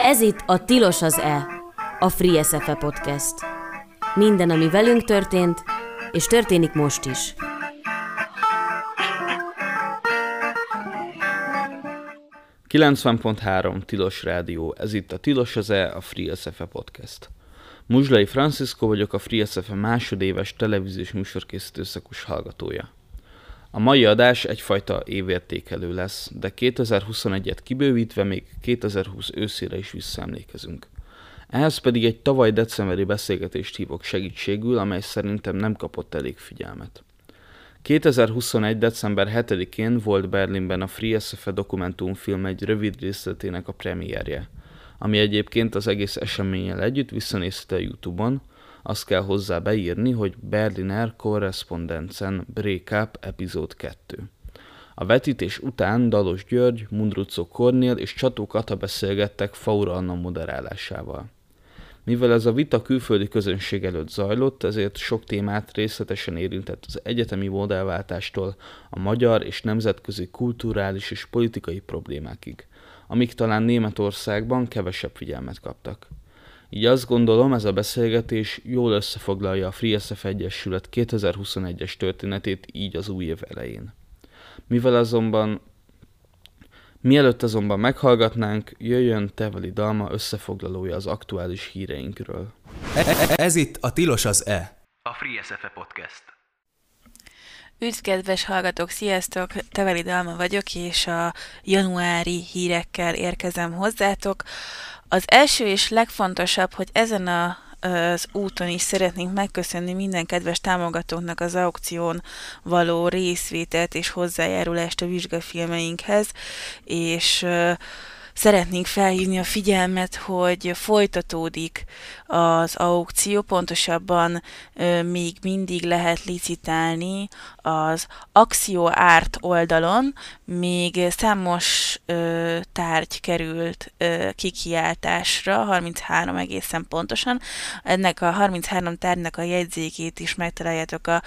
Ez itt a Tilos az E, a Free SFE podcast. Minden, ami velünk történt, és történik most is. Tilos Rádió, ez itt a Tilos az E, a Free SFE podcast. Muzslai Francisco vagyok, a Free SFE másodéves televíziós műsorkészítő szakos hallgatója. A mai adás egyfajta évértékelő lesz, de 2021-et kibővítve még 2020 őszére is visszaemlékezünk. Ehhez pedig egy tavaly decemberi beszélgetést hívok segítségül, amely szerintem nem kapott elég figyelmet. 2021. december 7-én volt Berlinben a Free SFE dokumentumfilm egy rövid részletének a premierje, ami egyébként az egész eseménnyel együtt visszanézte a YouTube-on. Azt kell hozzá beírni, hogy Berliner Korrespondenzen Breakup epizód 2. A vetítés után Dalos György, Mundruczó Kornél és Csató Kata beszélgettek Faura Anna moderálásával. Mivel ez a vita külföldi közönség előtt zajlott, ezért sok témát részletesen érintett az egyetemi modellváltástól a magyar és nemzetközi kulturális és politikai problémákig, amik talán Németországban kevesebb figyelmet kaptak. Így azt gondolom, ez a beszélgetés jól összefoglalja a Free SFE Egyesület 2021-es történetét így az új év elején. Mielőtt azonban meghallgatnánk, jöjjön Teveli Dalma összefoglalója az aktuális híreinkről. Ez itt a Tilos az E, a Free SFE podcast. Üdv, kedves hallgatók, sziasztok! Teveli Dalma vagyok, és a januári hírekkel érkezem hozzátok. Az első és legfontosabb, hogy ezen az úton is szeretnénk megköszönni minden kedves támogatóknak az aukción való részvételt és hozzájárulást a vizsgafilmeinkhez, és szeretnénk felhívni a figyelmet, hogy folytatódik az aukció, pontosabban még mindig lehet licitálni az Axio Art oldalon, még számos tárgy került kikiáltásra, 33 egészen pontosan. Ennek a 33 tárgynak a jegyzékét is megtaláljátok a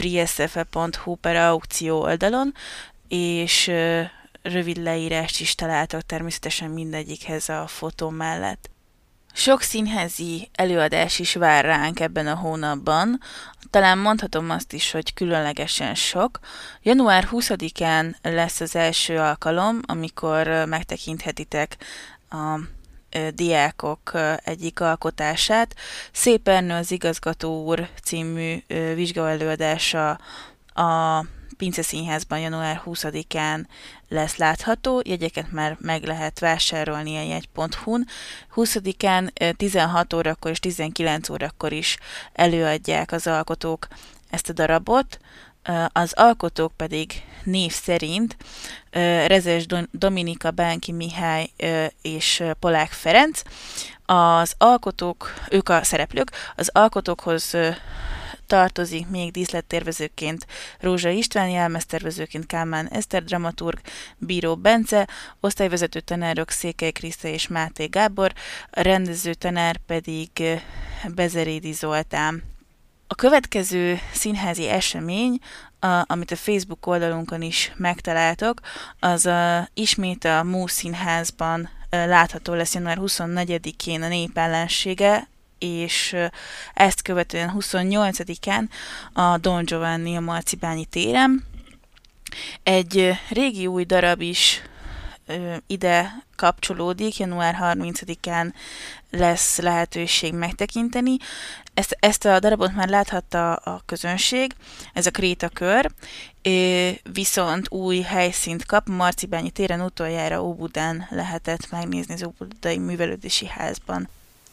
freesfe.hu/aukció oldalon, és rövid leírást is találtak természetesen mindegyikhez a fotó mellett. Sok színházi előadás is vár ránk ebben a hónapban, talán mondhatom azt is, hogy különlegesen sok. Január 20-án lesz az első alkalom, amikor megtekinthetitek a diákok egyik alkotását. Szép Ernő az igazgató úr című vizsgaelőadása a Pince Színházban január 20-án lesz látható, jegyeket már meg lehet vásárolni a jegy.hu-n. 20-án 16 órakor és 19 órakor is előadják az alkotók ezt a darabot, az alkotók pedig név szerint Rezes Dominika, Bánki Mihály és Polák Ferenc. Az alkotók, ők a szereplők, az alkotókhoz tartozik még díszlettervezőként Rózsa István, jelmeztervezőként Kálmán Eszter, dramaturg Bíró Bence, osztályvezető tanárok Székely Kriszta és Máté Gábor, a rendező tanár pedig Bezerédi Zoltán. A következő színházi esemény, amit a Facebook oldalunkon is megtaláltok, az ismét a Mú Színházban látható lesz január 24-én a Nép ellensége, és ezt követően 28-án a Don Giovanni a Marcibányi téren. Egy régi új darab is ide kapcsolódik, január 30-án lesz lehetőség megtekinteni. Ezt a darabot már láthatta a közönség, ez a Krétakör, viszont új helyszínt kap, Marcibányi téren utoljára Óbudán lehetett megnézni az Óbudai Művelődési Házban.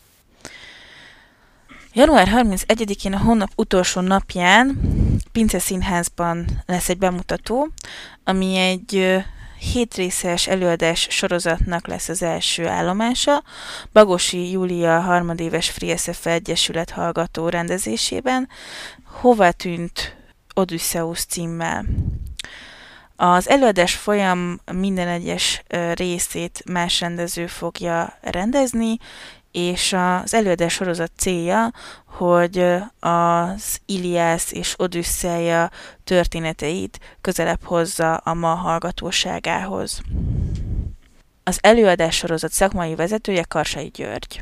Január 31-én a hónap utolsó napján Pince Színházban lesz egy bemutató, ami egy 7 részes előadás sorozatnak lesz az első állomása, Bagosi Júlia harmadéves Free SFE Egyesület hallgató rendezésében, Hova tűnt Odüsszeusz címmel. Az előadás folyam minden egyes részét más rendező fogja rendezni, és az előadás sorozat célja, hogy az Iliász és Odüsszeia történeteit közelebb hozza a ma hallgatóságához. Az előadás sorozat szakmai vezetője Karsai György.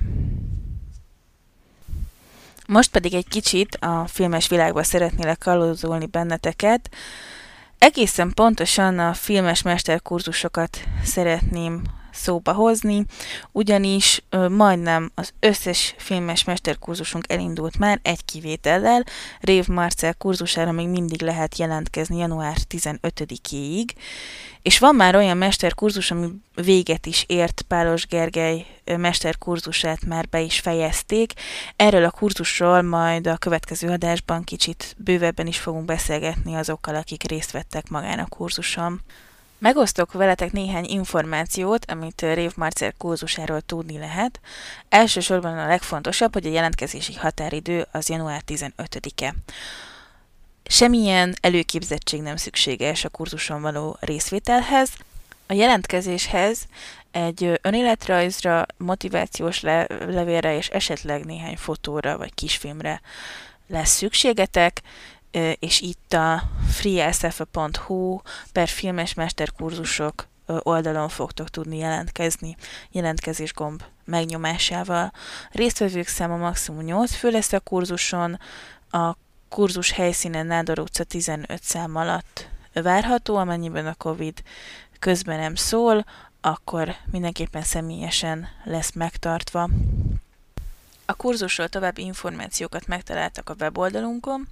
Most pedig egy kicsit a filmes világba szeretnélek kalózolni benneteket. Egészen pontosan a filmes mesterkurzusokat szeretném szóba hozni, ugyanis majdnem az összes filmes mesterkurzusunk elindult már egy kivétellel. Rév Marcell kurzusára még mindig lehet jelentkezni január 15-éig, és van már olyan mesterkurzus, ami véget is ért, Pálos Gergely mesterkurzusát már be is fejezték. Erről a kurzusról majd a következő adásban kicsit bővebben is fogunk beszélgetni azokkal, akik részt vettek magán a kurzuson. Megosztok veletek néhány információt, amit Rév Marcell kurzusáról tudni lehet. Elsősorban a legfontosabb, hogy a jelentkezési határidő az január 15-e. Semmilyen előképzettség nem szükséges a kurzuson való részvételhez. A jelentkezéshez egy önéletrajzra, motivációs levélre és esetleg néhány fotóra vagy kisfilmre lesz szükségetek, és itt a freesf.hu/filmes mesterkurzusok oldalon fogtok tudni jelentkezni, jelentkezés gomb megnyomásával. Résztvevők száma maximum 8 fő lesz a kurzuson, a kurzus helyszínen Nádor utca 15 szám alatt várható, amennyiben a Covid közben nem szól, akkor mindenképpen személyesen lesz megtartva. A kurzusról további információkat megtaláltak a weboldalunkon,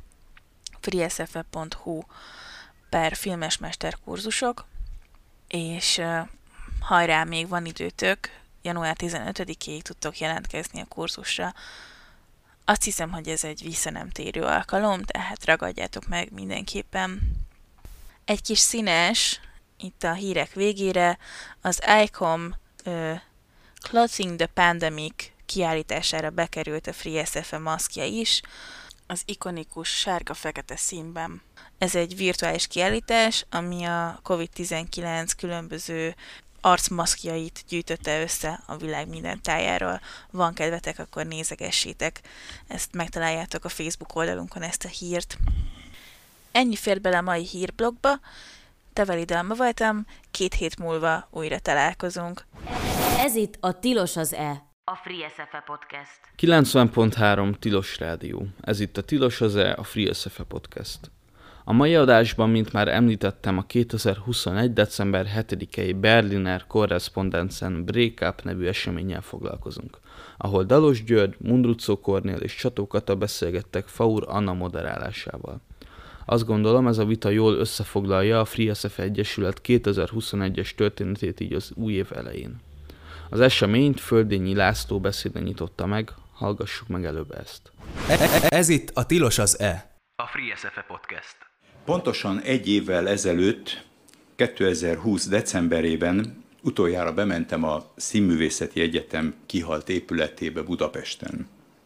freesf.hu/filmes mesterkurzusok, és hajrá, még van időtök, január 15-ig tudtok jelentkezni a kurzusra. Azt hiszem, hogy ez egy visszanemtérő alkalom, tehát ragadjátok meg mindenképpen. Egy kis színes, itt a hírek végére, az ICOM Clothing the Pandemic kiállítására bekerült a FreeSF maszkja is, az ikonikus sárga-fekete színben. Ez egy virtuális kiállítás, ami a COVID-19 különböző arcmaszkjait gyűjtötte össze a világ minden tájáról. Van kedvetek, akkor nézegessétek. Ezt megtaláljátok a Facebook oldalunkon, ezt a hírt. Ennyi fért bele a mai hírblogba. Teveli Dalma voltam, 2 hét múlva újra találkozunk. Ez itt a Tilos az E, a FreeSF Podcast. 90.3 Tilos Rádió. Ez itt a Tilos az E, a FreeSF Podcast. A mai adásban, mint már említettem, a 2021. december 7-i Berliner Korrespondenzen Breakup nevű eseménnyel foglalkozunk, ahol Dalos György, Mundruczó Kornél és Csató Kata beszélgettek Faur Anna moderálásával. Azt gondolom, ez a vita jól összefoglalja a FreeSF Egyesület 2021-es történetét így az új év elején. Az eseményt Földényi László beszéde nyitotta meg, hallgassuk meg előbb ezt. Ez itt a Tilos az E, a FreeSF Podcast. Pontosan egy évvel ezelőtt, 2020. decemberében utoljára bementem a Színművészeti Egyetem kihalt épületébe Budapesten.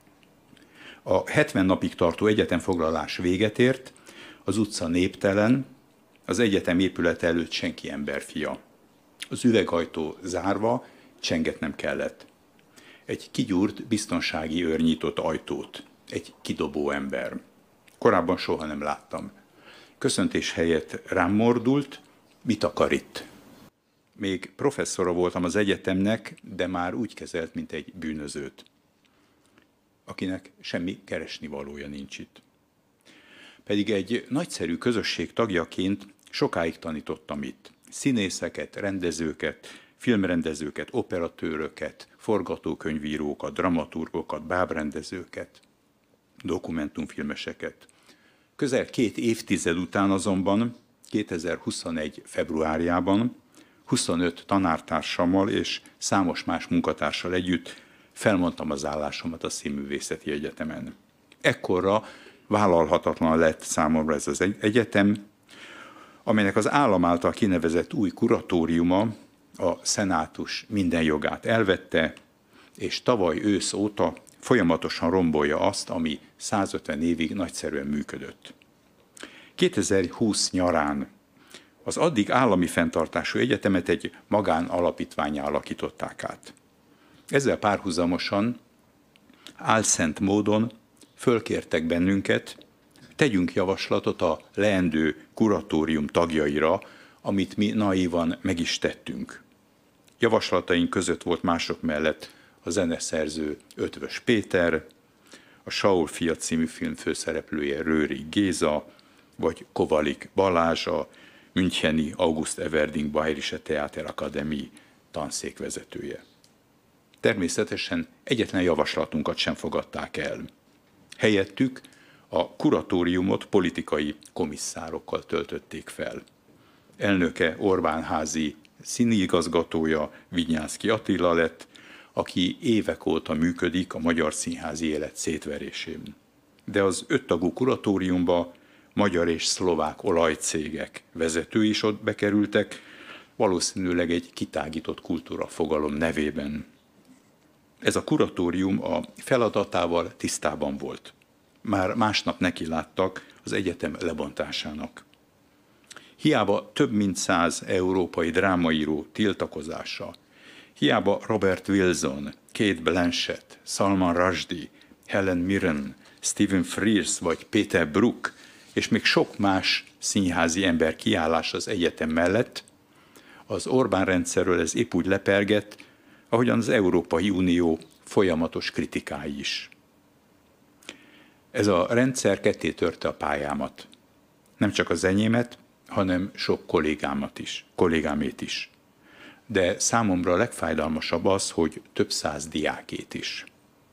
A 70 napig tartó egyetemfoglalás véget ért, az utca néptelen, az egyetem épülete előtt senki emberfia. Az üvegajtó zárva, csengetnem kellett. Egy kigyúrt biztonsági őr nyitott ajtót, egy kidobó ember. Korábban soha nem láttam. Köszöntés helyett rám mordult, mit akar itt? Még professzora voltam az egyetemnek, de már úgy kezelt, mint egy bűnözőt, akinek semmi keresnivalója nincs itt. Pedig egy nagyszerű közösség tagjaként sokáig tanítottam itt. Színészeket, rendezőket, filmrendezőket, operatőröket, forgatókönyvírókat, dramaturgokat, bábrendezőket, dokumentumfilmeseket. Közel 2 évtized után azonban, 2021. februárjában 25 tanártársammal és számos más munkatársal együtt felmondtam az állásomat a Színművészeti Egyetemen. Ekkorra vállalhatatlan lett számomra ez az egyetem, amelynek az állam által kinevezett új kuratóriuma a szenátus minden jogát elvette, és tavaly ősz óta folyamatosan rombolja azt, ami 150 évig nagyszerűen működött. 2020 nyarán az addig állami fenntartású egyetemet egy magánalapítvánnyá alakították át. Ezzel párhuzamosan álszent módon fölkértek bennünket, tegyünk javaslatot a leendő kuratórium tagjaira, amit mi naívan meg is tettünk. Javaslataink között volt mások mellett a zeneszerző Ötvös Péter, a Saul fia című film főszereplője Rőri Géza, vagy Kovalik Balázs, a müncheni August Everding Bayerische Theater Akademie tanszékvezetője. Természetesen egyetlen javaslatunkat sem fogadták el. Helyettük a kuratóriumot politikai komisszárokkal töltötték fel. Elnöke Orbán házi színigazgatója Vignyánszky Attila lett, aki évek óta működik a magyar színházi élet szétverésén. De az 5 tagú kuratóriumba magyar és szlovák olajcégek vezetői is ott bekerültek, valószínűleg egy kitágított kultúrafogalom nevében. Ez a kuratórium a feladatával tisztában volt. Már másnap nekiláttak az egyetem lebontásának. Hiába több mint 100 európai drámaíró tiltakozása, hiába Robert Wilson, Kate Blanchett, Salman Rushdie, Helen Mirren, Stephen Frears vagy Peter Brook, és még sok más színházi ember kiállás az egyetem mellett, az Orbán rendszerről ez épp úgy lepergett, ahogyan az Európai Unió folyamatos kritikái is. Ez a rendszer ketté törte a pályámat. Nem csak az enyémet, hanem sok kollégámét is. De számomra a legfájdalmasabb az, hogy több 100 diákét is.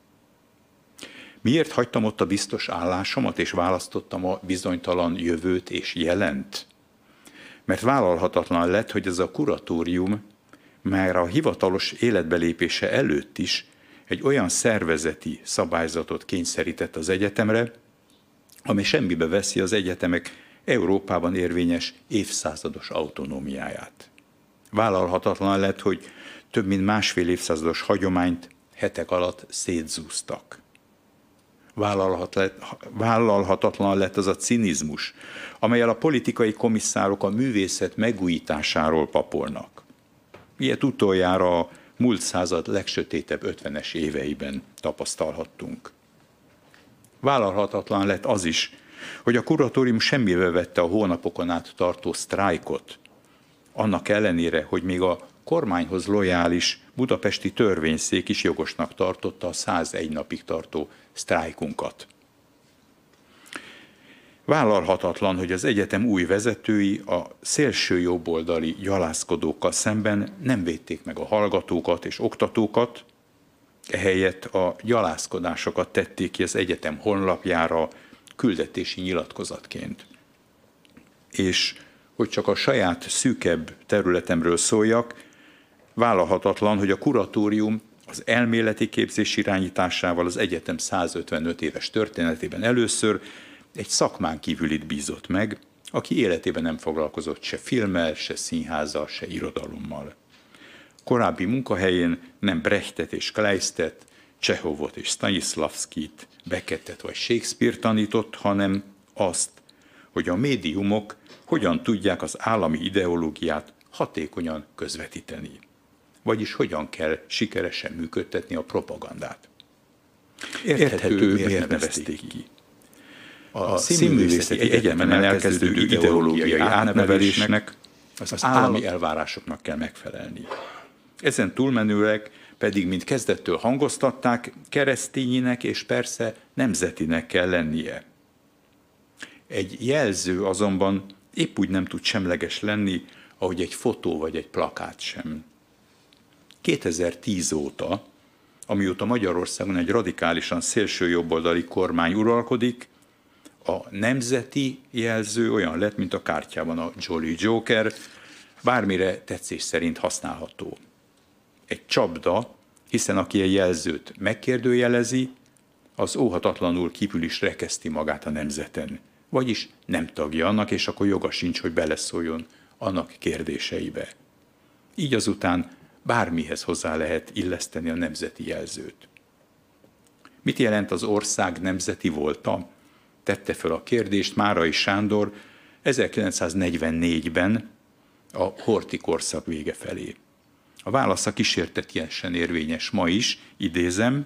Miért hagytam ott a biztos állásomat, és választottam a bizonytalan jövőt és jelent? Mert vállalhatatlan lett, hogy ez a kuratórium már a hivatalos életbelépése előtt is egy olyan szervezeti szabályzatot kényszerített az egyetemre, ami semmibe veszi az egyetemek Európában érvényes évszázados autonómiáját. Vállalhatatlan lett, hogy több mint másfél évszázados hagyományt hetek alatt szétzúztak. Vállalhatatlan lett az a cinizmus, amellyel a politikai komisszárok a művészet megújításáról papolnak. Ilyet utoljára a múlt század legsötétebb 50-es éveiben tapasztalhattunk. Vállalhatatlan lett az is, hogy a kuratórium semmibe vette a hónapokon át tartó sztrájkot, annak ellenére, hogy még a kormányhoz lojális budapesti törvényszék is jogosnak tartotta a 101 napig tartó sztrájkunkat. Vállalhatatlan, hogy az egyetem új vezetői a szélső jobboldali gyalászkodókkal szemben nem védték meg a hallgatókat és oktatókat, ehelyett a gyalázkodásokat tették ki az egyetem honlapjára küldetési nyilatkozatként. És hogy csak a saját szűkebb területemről szóljak, vállalhatatlan, hogy a kuratórium az elméleti képzés irányításával az egyetem 155 éves történetében először egy szakmán kívülit bízott meg, aki életében nem foglalkozott se filmmel, se színházzal, se irodalommal. Korábbi munkahelyén nem Brechtet és Kleistet, Csehovot és Stanislavskit, Beckettet vagy Shakespeare tanított, hanem azt, hogy a médiumok hogyan tudják az állami ideológiát hatékonyan közvetíteni. Vagyis hogyan kell sikeresen működtetni a propagandát. Érthető, miért nevezték ki. A Színművészeti Egyetemen elkezdődő ideológiai átnevelésnek az állami elvárásoknak kell megfelelni. Ezen túlmenőleg pedig, mint kezdettől hangoztatták, keresztényinek és persze nemzetinek kell lennie. Egy jelző azonban épp úgy nem tud semleges lenni, ahogy egy fotó vagy egy plakát sem. 2010 óta, amióta Magyarországon egy radikálisan szélsőjobboldali kormány uralkodik, a nemzeti jelző olyan lett, mint a kártyában a Jolly Joker, bármire tetszés szerint használható. Egy csapda, hiszen aki a jelzőt megkérdőjelezi, az óhatatlanul kívül is rekeszti magát a nemzeten. Vagyis nem tagja annak, és akkor joga sincs, hogy beleszóljon annak kérdéseibe. Így azután bármihez hozzá lehet illeszteni a nemzeti jelzőt. Mit jelent az ország nemzeti volta? Tette föl a kérdést Márai Sándor 1944-ben a Horthy korszak vége felé. A válasza kísértetiesen érvényes ma is, idézem,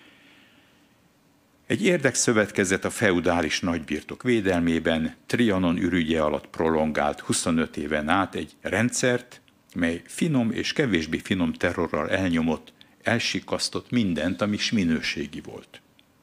egy érdekszövetkezet a feudális nagybirtok védelmében Trianon ürügye alatt prolongált 25 éven át egy rendszert, mely finom és kevésbé finom terrorral elnyomott, elsikasztott mindent, ami is minőségi volt.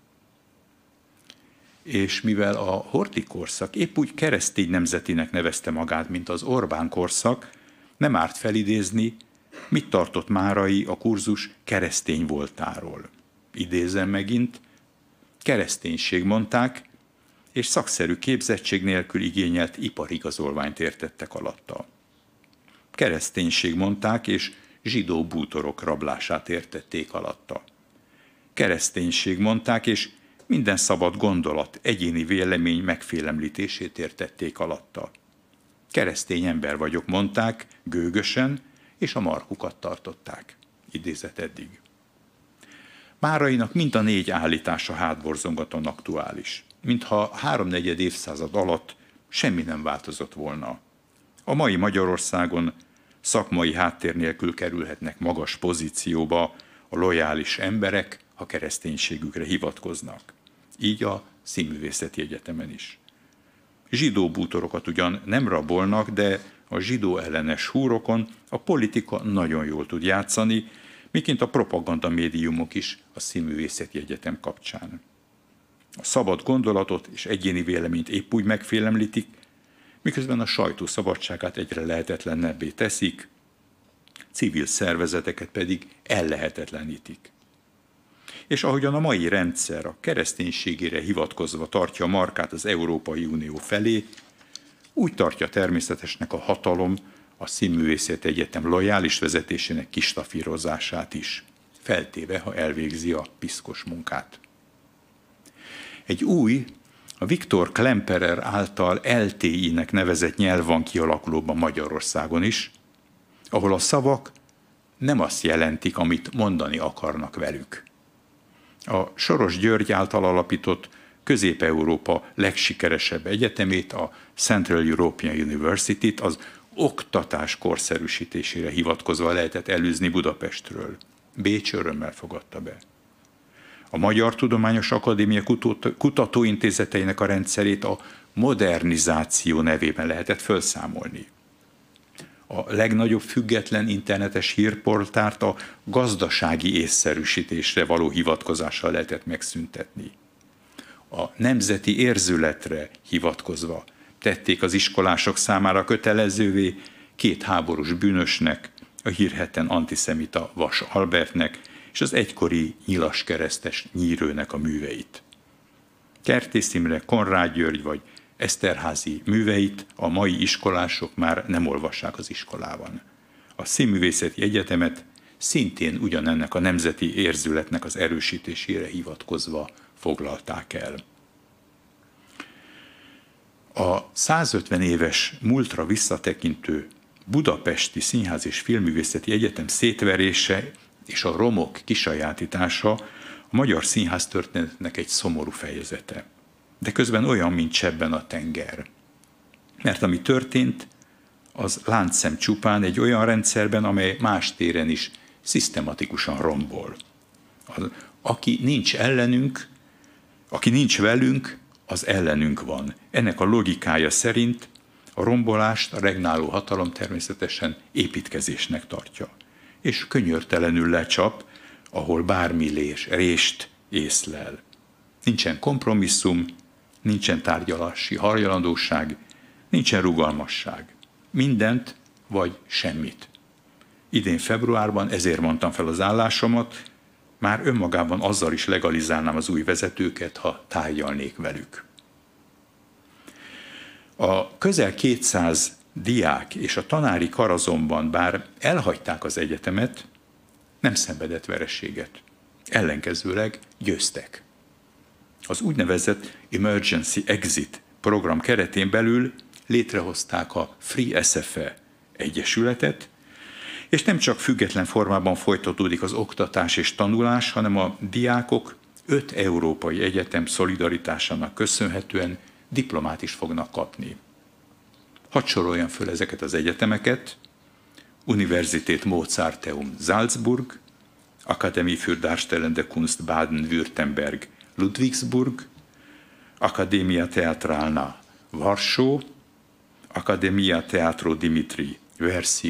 És mivel a Horthy korszak épp úgy keresztény nemzetinek nevezte magát, mint az Orbán korszak, nem árt felidézni, mit tartott Márai a kurzus keresztény voltáról. Idézem megint, kereszténység mondták, és szakszerű képzettség nélkül igényelt iparigazolványt értettek alatta. Kereszténység mondták, és zsidó bútorok rablását értették alatta. Kereszténység mondták, és minden szabad gondolat, egyéni vélemény megfélemlítését értették alatta. Keresztény ember vagyok, mondták, gőgösen, és a markukat tartották. Idézet eddig. Márainak mind a 4 állítása hátborzongatóan aktuális, mintha 3-4 évszázad alatt semmi nem változott volna. A mai Magyarországon szakmai háttér nélkül kerülhetnek magas pozícióba a lojális emberek, ha kereszténységükre hivatkoznak. Így a Színművészeti Egyetemen is. Zsidó bútorokat ugyan nem rabolnak, de a zsidó ellenes húrokon a politika nagyon jól tud játszani, miként a propaganda médiumok is a Színművészeti Egyetem kapcsán. A szabad gondolatot és egyéni véleményt épp úgy megfélemlítik, miközben a sajtó szabadságát egyre lehetetlenebbé teszik, civil szervezeteket pedig ellehetetlenítik. És ahogyan a mai rendszer a kereszténységére hivatkozva tartja a markát az Európai Unió felé, úgy tartja természetesnek a hatalom a Színművészeti Egyetem lojális vezetésének kistafírozását is, feltéve, ha elvégzi a piszkos munkát. Egy új, a Viktor Klemperer által LTI-nek nevezett nyelv van kialakulóban Magyarországon is, ahol a szavak nem azt jelentik, amit mondani akarnak velük. A Soros György által alapított Közép-Európa legsikeresebb egyetemét, a Central European University-t az oktatás korszerűsítésére hivatkozva lehetett elűzni Budapestről. Bécs örömmel fogadta be. A Magyar Tudományos Akadémia kutatóintézeteinek a rendszerét a modernizáció nevében lehetett felszámolni. A legnagyobb független internetes hírportárt a gazdasági észszerűsítésre való hivatkozással lehetett megszüntetni. A nemzeti érzületre hivatkozva tették az iskolások számára kötelezővé 2 háborús bűnösnek, a hírhedten antiszemita Vas Albertnek és az egykori nyilaskeresztes Nyírőnek a műveit. Kertész Imre, Konrád György vagy Eszterházy műveit a mai iskolások már nem olvassák az iskolában. A Színművészeti Egyetemet szintén ugyanennek a nemzeti érzületnek az erősítésére hivatkozva foglalták el. A 150 éves múltra visszatekintő Budapesti Színház és Filmművészeti Egyetem szétverése és a romok kisajátítása a magyar színház történetnek egy szomorú fejezete. De közben olyan, mint sebben a tenger. Mert ami történt, az láncszem csupán egy olyan rendszerben, amely más téren is szisztematikusan rombol. Aki nincs ellenünk, aki nincs velünk, az ellenünk van. Ennek a logikája szerint a rombolást a regnáló hatalom természetesen építkezésnek tartja. És könyörtelenül lecsap, ahol bármi rést észlel. Nincsen kompromisszum, nincsen tárgyalási hajlandóság, nincsen rugalmasság. Mindent vagy semmit. Idén februárban ezért mondtam fel az állásomat, már önmagában azzal is legalizálnám az új vezetőket, ha tárgyalnék velük. A közel 200 diák és a tanári kar azonban, bár elhagyták az egyetemet, nem szenvedett vereséget. Ellenkezőleg győztek. Az úgynevezett Emergency Exit program keretén belül létrehozták a Free SFE egyesületet, és nem csak független formában folytatódik az oktatás és tanulás, hanem a diákok 5 európai egyetem szolidaritásának köszönhetően diplomát is fognak kapni. Hadd soroljam föl ezeket az egyetemeket: Universität Mozarteum Salzburg, Akademie für Darstellende Kunst Baden-Württemberg Ludwigsburg, Academia Teatralna Varsó, Academia Teatro Dimitri Versio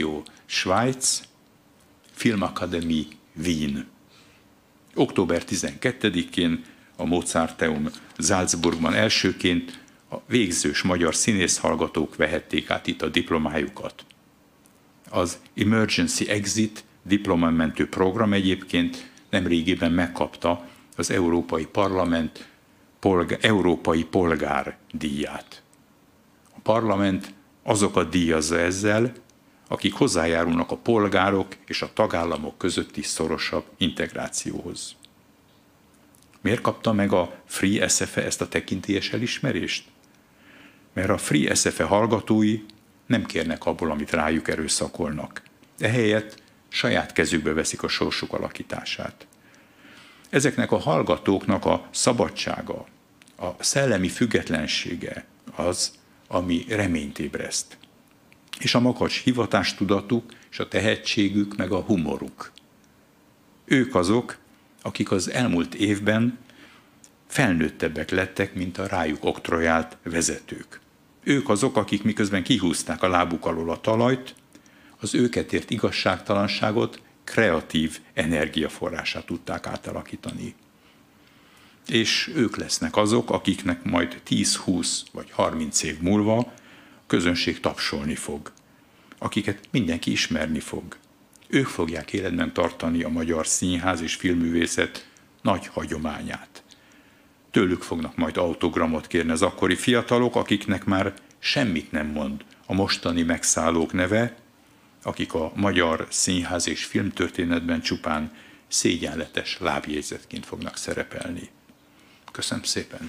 Svájc, Filmakadémie Wien. Október 12-én a Mozarteum Salzburgban elsőként a végzős magyar színészhallgatók vehették át itt a diplomájukat. Az Emergency Exit diplomamentő program egyébként nemrégiben megkapta az Európai Parlament Európai Polgár díját. A parlament azokat díjazza ezzel, akik hozzájárulnak a polgárok és a tagállamok közötti szorosabb integrációhoz. Miért kapta meg a Free SFE ezt a tekintélyes elismerést? Mert a Free SFE hallgatói nem kérnek abból, amit rájuk erőszakolnak. Ehelyett saját kezükbe veszik a sorsuk alakítását. Ezeknek a hallgatóknak a szabadsága, a szellemi függetlensége az, ami reményt ébreszt. És a makacs hivatástudatuk, és a tehetségük, meg a humoruk. Ők azok, akik az elmúlt évben felnőttebbek lettek, mint a rájuk oktroyált vezetők. Ők azok, akik miközben kihúzták a lábuk alól a talajt, az őket ért igazságtalanságot kreatív energiaforrását tudták átalakítani. És ők lesznek azok, akiknek majd 10-20 vagy 30 év múlva a közönség tapsolni fog, akiket mindenki ismerni fog. Ők fogják életben tartani a magyar színház és filmművészet nagy hagyományát. Tőlük fognak majd autogramot kérni az akkori fiatalok, akiknek már semmit nem mond a mostani megszállók neve, akik a magyar színház és filmtörténetben csupán szégyenletes lábjegyzetként fognak szerepelni. Köszönöm szépen!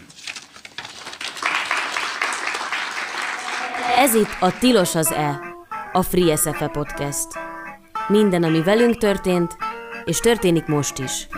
Ez itt a Tilos az E, a Free SFE Podcast. Minden, ami velünk történt, és történik most is.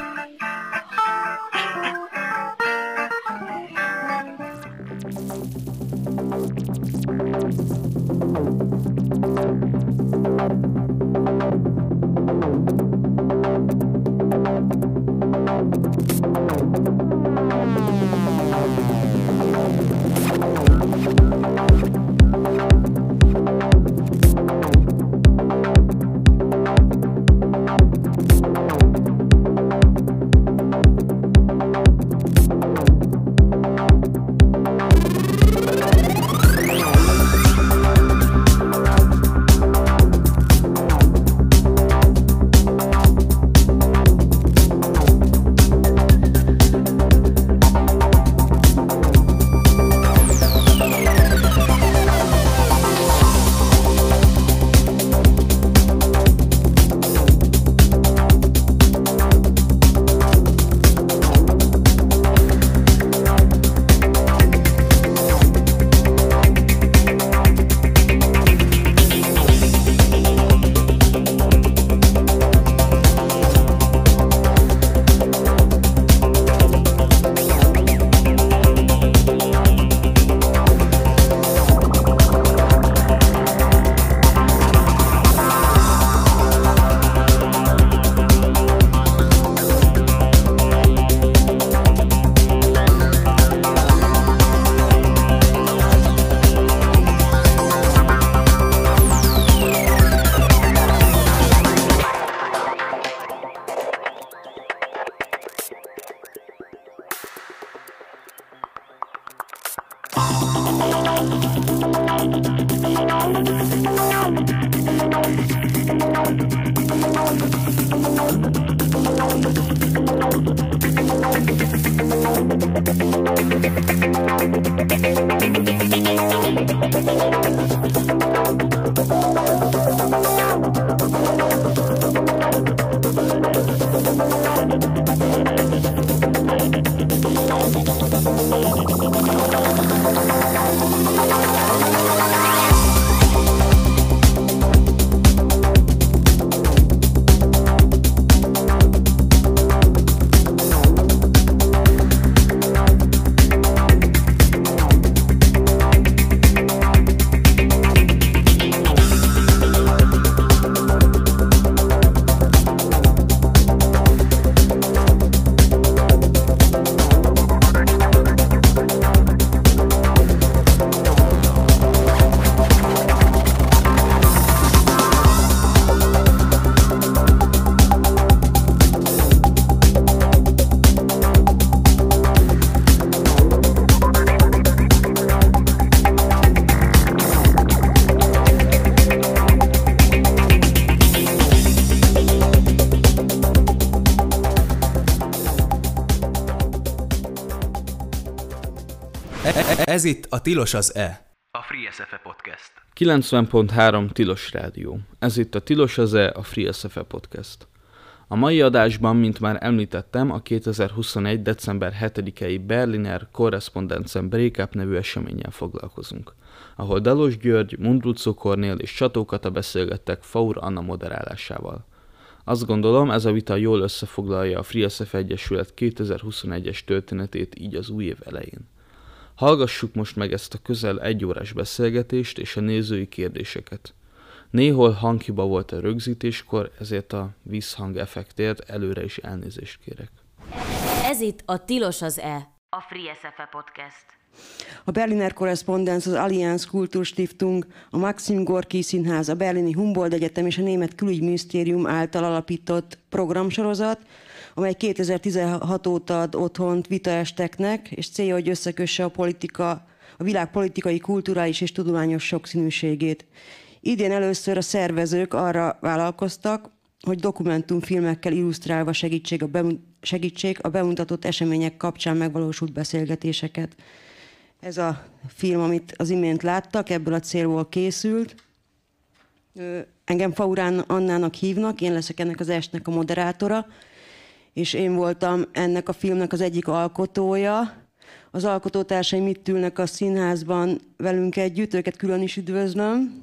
Ez itt a Tilos az E. A Free SFE Podcast. 90.3 Tilos Rádió. Ez itt a Tilos az E, a Free SFE Podcast. A mai adásban, mint már említettem, a 2021. december 7-i Berliner Korrespondenzen Breakup nevű eseménnyel foglalkozunk, ahol Dalos György, Mundruczó Kornél és Csató Kata beszélgettek Faur Anna moderálásával. Azt gondolom, ez a vita jól összefoglalja a Free SFE Egyesület 2021-es történetét így az új év elején. Hallgassuk most meg ezt a közel egyórás beszélgetést és a nézői kérdéseket. Néhol hanghiba volt a rögzítéskor, ezért a vízhang effektért előre is elnézést kérek. Ez itt a Tilos az E, a Free SFE Podcast. A Berliner Korrespondenz, az Allianz Kulturstiftung, a Maxim Gorki Színház, a Berlini Humboldt Egyetem és a Német Külügyminisztérium által alapított programsorozat, amely 2016 óta ad otthont vitaesteknek, és célja, hogy összekösse a világ politikai, kulturális és tudományos sokszínűségét. Idén először a szervezők arra vállalkoztak, hogy dokumentumfilmekkel illusztrálva segítsék a bemutatott események kapcsán megvalósult beszélgetéseket. Ez a film, amit az imént láttak, ebből a célból készült. Engem Faur Annának hívnak, én leszek ennek az estnek a moderátora, és én voltam ennek a filmnek az egyik alkotója. Az alkotótársaim itt ülnek a színházban velünk együtt, őket külön is üdvözlöm.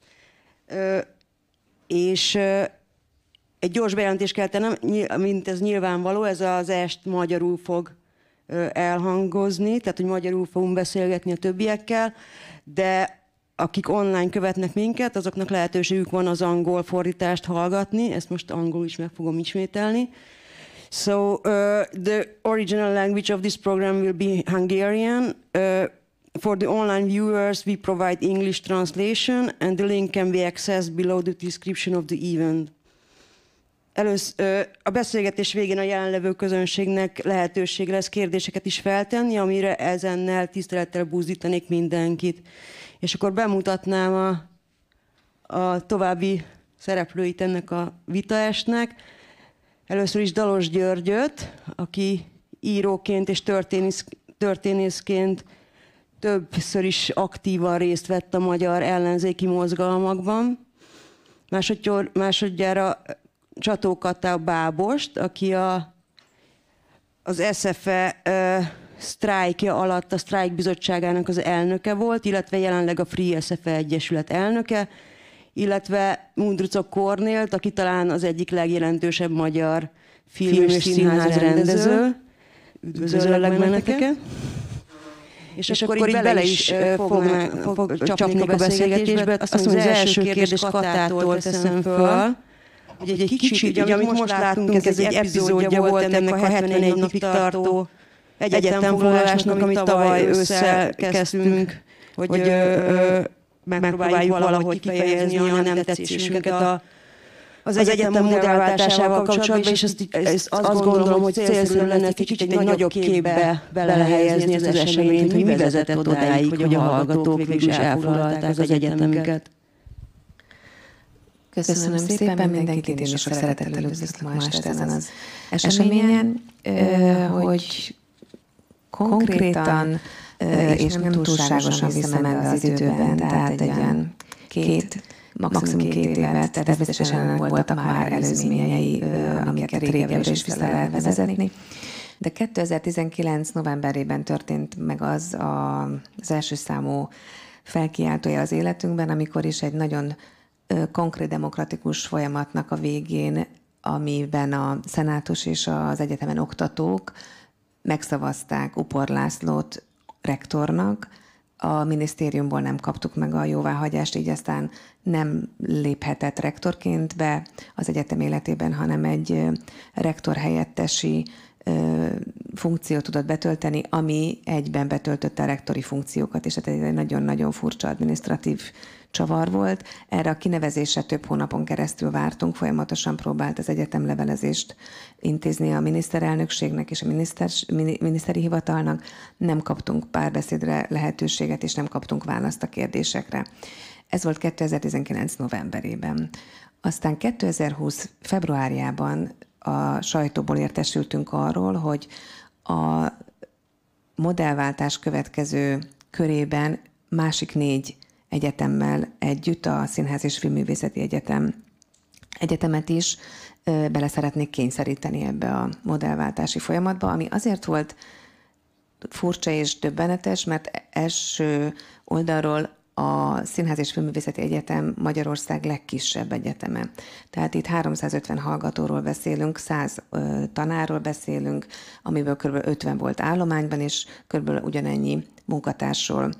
És egy gyors bejelentést kell tennem, mint ez nyilvánvaló, ez az est magyarul fog elhangozni, tehát hogy magyarul fogunk beszélgetni a többiekkel, de akik online követnek minket, azoknak lehetőségük van az angol fordítást hallgatni, ezt most angolul is meg fogom ismételni. So the original language of this program will be Hungarian. For the online viewers, we provide English translation, and the link can be accessed below the description of the event. A beszélgetés végén a jelenlevő közönségnek lehetőség lesz kérdéseket is feltenni, amire ezennel tisztelettel buzdítanék mindenkit. És akkor bemutatnám a további szereplőit ennek a vitaestnek. Először is Dalos Györgyöt, aki íróként és történészként többször is aktívan részt vett a magyar ellenzéki mozgalmakban. Másodjára Csató Kata Bábost, aki az SFE sztrájkja alatt a sztrájk bizottságának az elnöke volt, illetve jelenleg a Free SFE Egyesület elnöke, illetve Mundruczó Kornélt, aki talán az egyik legjelentősebb magyar film és színház rendező. Üdvözöllek benneteket! És akkor így bele is fog csapni a beszélgetésbe. Azt mondja, az első kérdés Katától teszem föl, hogy egy kicsit, ugye, amit most láttunk, ez egy epizódja volt ennek a 71 napig tartó egyetemfoglalásnak, amit tavaly ősszel kezdtünk, hogy megpróbáljuk valahogy kifejezni a nem tetszésünket az egyetem modellváltásával kapcsolatban, és ezt azt gondolom, hogy célszerű lenne egy kicsit egy nagyobb képbe belehelyezni ezt az eseményt, hogy mi vezetett odáig, hogy a hallgatók végül is elfoglalták az egyetemüket. Köszönöm szépen mindenkit, én is sok szeretettel üdvözlök ma este ezen az eseményen, hogy konkrétan és nem túlságosan visszamenve az időben, tehát egy olyan maximum két évet, természetesen voltak már előzményei, amiket régebbre is vissza lehet vezetni. De 2019. novemberében történt meg az első számú felkiáltója az életünkben, amikor is egy nagyon konkrét demokratikus folyamatnak a végén, amiben a szenátus és az egyetemen oktatók megszavazták Upor Lászlót rektornak, a minisztériumból nem kaptuk meg a jóváhagyást, így aztán nem léphetett rektorként be az egyetem életében, hanem egy rektor helyettesi funkciót tudott betölteni, ami egyben betöltötte a rektori funkciókat, és ez egy nagyon-nagyon furcsa adminisztratív csavar volt. Erre a kinevezésre több hónapon keresztül vártunk, folyamatosan próbált az egyetem levelezést intézni a miniszterelnökségnek és a miniszteri hivatalnak. Nem kaptunk párbeszédre lehetőséget, és nem kaptunk választ a kérdésekre. Ez volt 2019. novemberében. Aztán 2020. februárjában a sajtóból értesültünk arról, hogy modellváltás következő körében másik 4 egyetemmel együtt, a Színház és Filmművészeti Egyetemet is bele szeretnék kényszeríteni ebbe a modellváltási folyamatba, ami azért volt furcsa és döbbenetes, mert első oldalról a Színház és Filmművészeti Egyetem Magyarország legkisebb egyeteme. Tehát itt 350 hallgatóról beszélünk, 100 tanárról beszélünk, amiből kb. 50 volt állományban, és kb. Ugyanennyi munkatársról.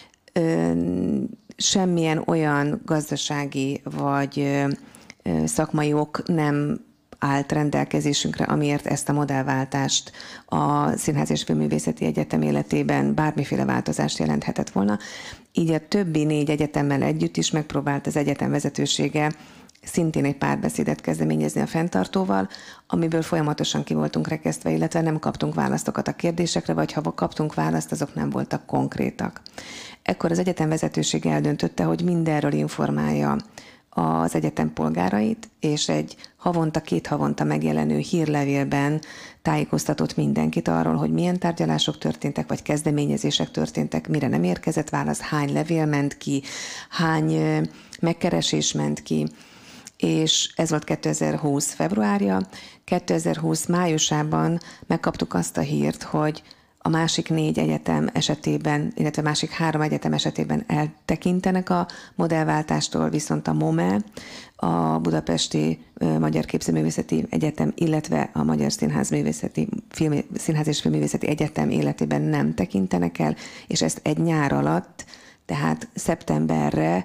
Semmilyen olyan gazdasági vagy szakmai ok nem állt rendelkezésünkre, amiért ezt a modellváltást a Színház és Filmművészeti Egyetem életében bármiféle változást jelenthetett volna. Így a többi 4 egyetemmel együtt is megpróbált az egyetem vezetősége szintén egy párbeszédet kezdeményezni a fenntartóval, amiből folyamatosan ki voltunk rekesztve, illetve nem kaptunk válaszokat a kérdésekre, vagy ha kaptunk választ, azok nem voltak konkrétak. Ekkor az egyetem vezetősége eldöntötte, hogy mindenről informálja az egyetem polgárait, és egy 2 havonta megjelenő hírlevélben tájékoztatott mindenkit arról, hogy milyen tárgyalások történtek, vagy kezdeményezések történtek, mire nem érkezett válasz, hány levél ment ki, hány megkeresés ment ki, és ez volt 2020 februárja. 2020 májusában megkaptuk azt a hírt, hogy a másik 4 egyetem esetében, illetve másik 3 egyetem esetében eltekintenek a modellváltástól, viszont a MOME, a Budapesti Magyar Képzőművészeti Egyetem, illetve a Magyar Színház és Filmművészeti Egyetem életében nem tekintenek el, és ezt egy nyár alatt, tehát szeptemberre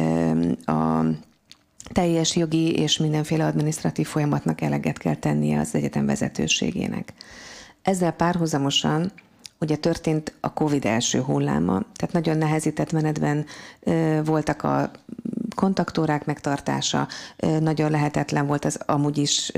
a teljes jogi és mindenféle adminisztratív folyamatnak eleget kell tennie az egyetem vezetőségének. Ezzel párhuzamosan ugye történt a Covid első hulláma, tehát nagyon nehezített menetben voltak a kontaktórák megtartása, nagyon lehetetlen volt az amúgy is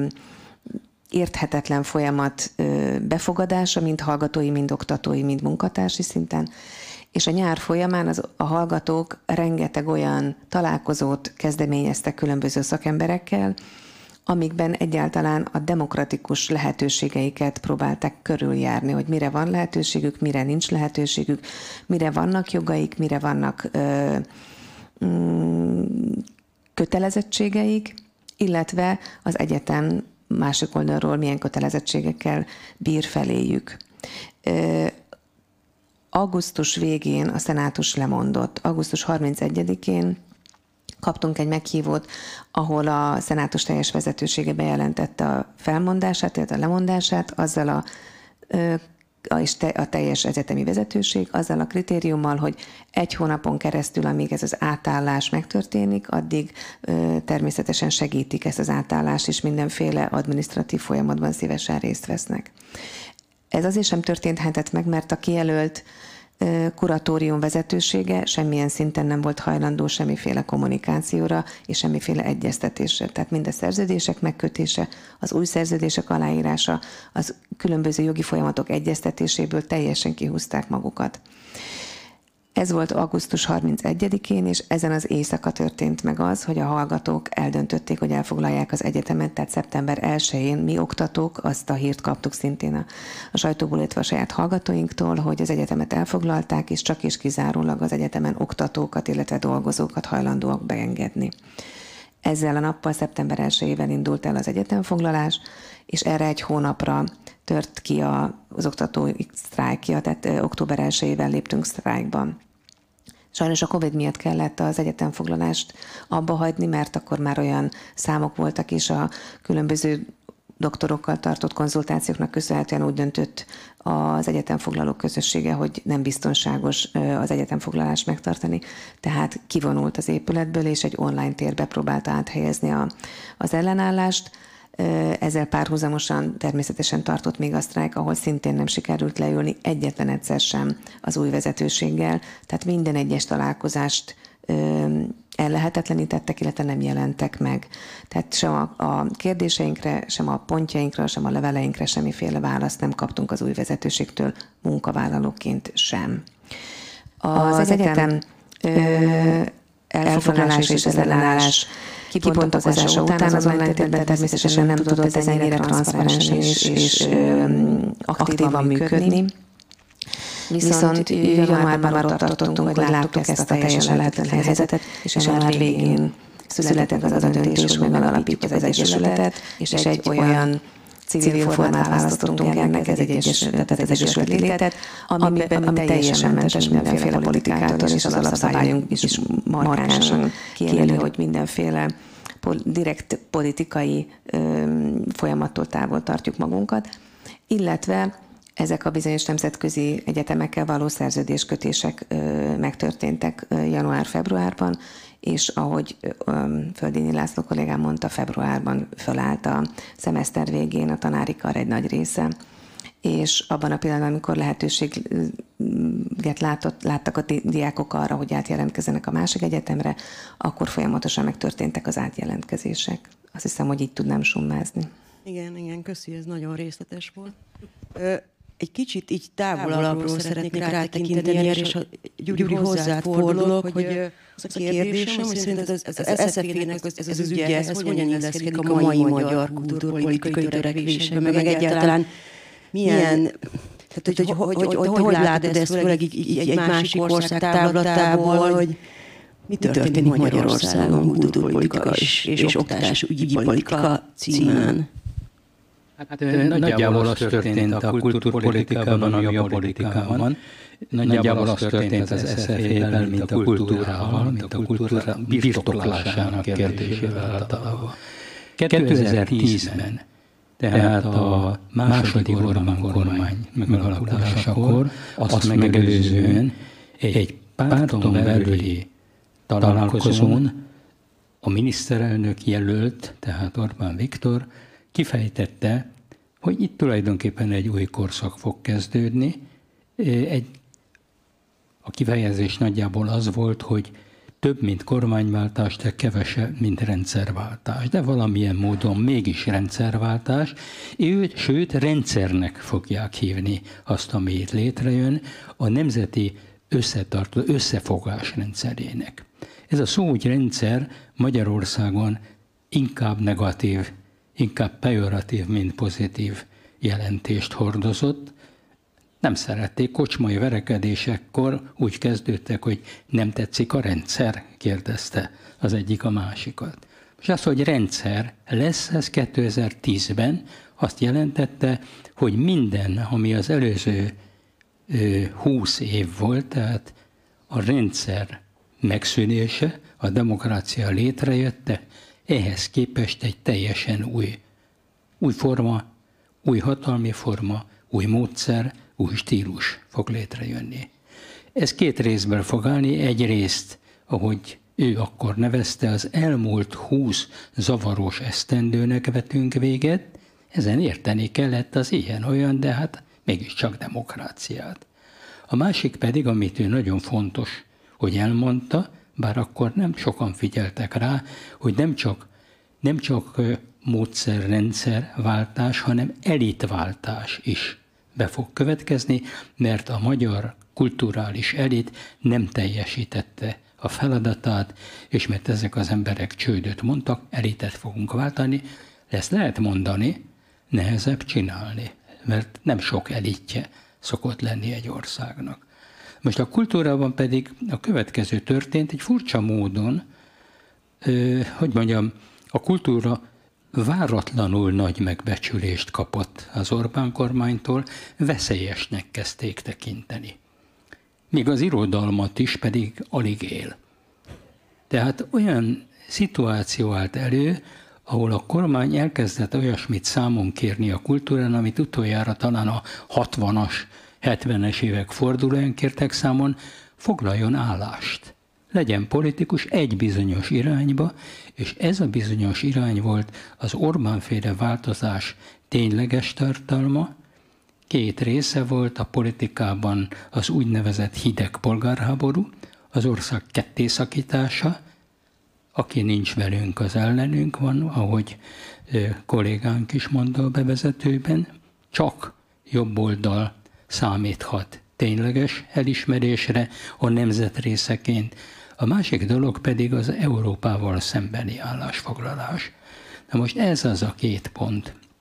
érthetetlen folyamat befogadása, mind hallgatói, mind oktatói, mind munkatársi szinten, és a nyár folyamán a hallgatók rengeteg olyan találkozót kezdeményeztek különböző szakemberekkel, amikben egyáltalán a demokratikus lehetőségeiket próbálták körüljárni, hogy mire van lehetőségük, mire nincs lehetőségük, mire vannak jogaik, mire vannak kötelezettségeik, illetve az egyetem másik oldalról milyen kötelezettségekkel bír feléjük. Augusztus végén a szenátus lemondott. Augusztus 31-én kaptunk egy meghívót, ahol a szenátus teljes vezetősége bejelentette a felmondását, illetve a lemondását, azzal a teljes egyetemi vezetőség, azzal a kritériummal, hogy 1 hónapon keresztül, amíg ez az átállás megtörténik, addig természetesen segítik ezt az átállást, és mindenféle adminisztratív folyamatban szívesen részt vesznek. Ez azért sem történhetett meg, mert a kijelölt kuratórium vezetősége semmilyen szinten nem volt hajlandó semmiféle kommunikációra és semmiféle egyeztetésre. Tehát mind a szerződések megkötése, az új szerződések aláírása, az különböző jogi folyamatok egyeztetéséből teljesen kihúzták magukat. Ez volt augusztus 31-én, és ezen az éjszaka történt meg az, hogy a hallgatók eldöntötték, hogy elfoglalják az egyetemet, tehát szeptember 1-én mi oktatók azt a hírt kaptuk szintén a sajtóból, illetve a saját hallgatóinktól, hogy az egyetemet elfoglalták, és csak és kizárólag az egyetemen oktatókat, illetve dolgozókat hajlandóak beengedni. Ezzel a nappal, szeptember 1-ével indult el az egyetemfoglalás, és erre 1 hónapra tört ki az oktatói sztrájkja, tehát október 1-ével léptünk sztrájkban. Sajnos a Covid miatt kellett az egyetemfoglalást abba hagyni, mert akkor már olyan számok voltak, és a különböző doktorokkal tartott konzultációknak köszönhetően úgy döntött az egyetemfoglalók közössége, hogy nem biztonságos az egyetemfoglalást megtartani, tehát kivonult az épületből, és egy online térbe próbálta áthelyezni az ellenállást. Ezzel párhuzamosan természetesen tartott még a sztrájk, ahol szintén nem sikerült leülni egyetlen egyszer sem az új vezetőséggel, tehát minden egyes találkozást ellehetetlenítettek, illetve nem jelentek meg. Tehát sem a kérdéseinkre, sem a pontjainkra, sem a leveleinkre semmiféle választ nem kaptunk az új vezetőségtől, munkavállalóként sem. Az egyetem elfoglalása és az ellenállás kibontakozása után az online térben természetesen nem tudott ez ennyire transzparensen és aktívan működni. Viszont januárban már ott tartottunk, hogy láttuk ezt a teljesen lehetetlen helyzetet, és január végén született az a döntés, hogy megalapítjuk az Egyesületet, és egy olyan civil formát választottunk ennek, ez egy egyesületi létet, ami teljesen mentes mindenféle politikától, és az alapszabályunk is markánsan kijelöli, hogy mindenféle direkt politikai folyamattól távol tartjuk magunkat, illetve ezek a bizonyos nemzetközi egyetemekkel való szerződéskötések megtörténtek január-februárban, és ahogy Földényi László kollégám mondta, februárban fölállt a szemeszter végén a tanári kar egy nagy része, és abban a pillanatban, amikor lehetőséget láttak a diákok arra, hogy átjelentkezzenek a másik egyetemre, akkor folyamatosan megtörténtek az átjelentkezések. Azt hiszem, hogy így tudnám summázni. Igen, köszi, ez nagyon részletes volt. Egy kicsit így távolabbról szeretnék rátekinteni, és a Gyuri hozzád fordulok, hogy az a kérdésem, hogy szerinted az SZF-nek ez az ügye, ez hogyan illeszkedik a mai magyar kultúrpolitikai törekvésekbe, meg egyáltalán milyen, tehát hogy látod ezt, főleg így egy másik ország távlatából, hogy mi történik Magyarországon kultúrpolitika és oktatásügyi politika címen? Hát nagyjából az történt a kultúrpolitikában, ami a politikában. Nagyjából az történt az SZF-vel, mint a kultúrával, mint a kultúra birtoklásának kérdésével általában. 2010-ben, tehát a második Orbán kormány megalakulásakor, azt megelőzően egy párton belüli találkozón a miniszterelnök jelölt, tehát Orbán Viktor, kifejtette, hogy itt tulajdonképpen egy új korszak fog kezdődni. A kifejezés nagyjából az volt, hogy több, mint kormányváltás, de kevesebb, mint rendszerváltás. De valamilyen módon mégis rendszerváltás, sőt, rendszernek fogják hívni azt, ami itt létrejön, a nemzeti összefogás rendszerének. Ez a szó, hogy rendszer Magyarországon inkább negatív, inkább pejoratív, mint pozitív jelentést hordozott. Nem szerették, kocsmai verekedésekkor úgy kezdődtek, hogy nem tetszik a rendszer, kérdezte az egyik a másikat. És az, hogy rendszer lesz, ez 2010-ben azt jelentette, hogy minden, ami az előző 20 év volt, tehát a rendszer megszűnése, a demokrácia létrejötte, ehhez képest egy teljesen új forma, új hatalmi forma, új módszer, új stílus fog létrejönni. Ez két részből fog állni. Egyrészt, ahogy ő akkor nevezte, az elmúlt 20 zavaros esztendőnek vetünk véget, ezen érteni kellett az ilyen-olyan, de hát mégiscsak demokráciát. A másik pedig, amit ő nagyon fontos, hogy elmondta, bár akkor nem sokan figyeltek rá, hogy nem csak módszerrendszerváltás, hanem elitváltás is be fog következni, mert a magyar kulturális elit nem teljesítette a feladatát, és mert ezek az emberek csődöt mondtak, elitet fogunk váltani, ezt lehet mondani, nehezebb csinálni, mert nem sok elitje szokott lenni egy országnak. Most a kultúrában pedig a következő történt, egy furcsa módon, a kultúra váratlanul nagy megbecsülést kapott az Orbán kormánytól, veszélyesnek kezdték tekinteni. Még az irodalmat is pedig alig él. Tehát olyan szituáció állt elő, ahol a kormány elkezdett olyasmit számon kérni a kultúrán, amit utoljára talán a 60-as, 70-es évek fordulóján kértek számon, foglaljon állást. Legyen politikus egy bizonyos irányba, és ez a bizonyos irány volt az Orbán-féle változás tényleges tartalma. Két része volt a politikában: az úgynevezett hideg polgárháború, az ország kettészakítása, aki nincs velünk, az ellenünk van, ahogy kollégánk is mondta a bevezetőben, csak jobb oldal számíthat tényleges elismerésre a nemzetrészeként. A másik dolog pedig az Európával szembeni állásfoglalás. Na most ez az a két pont,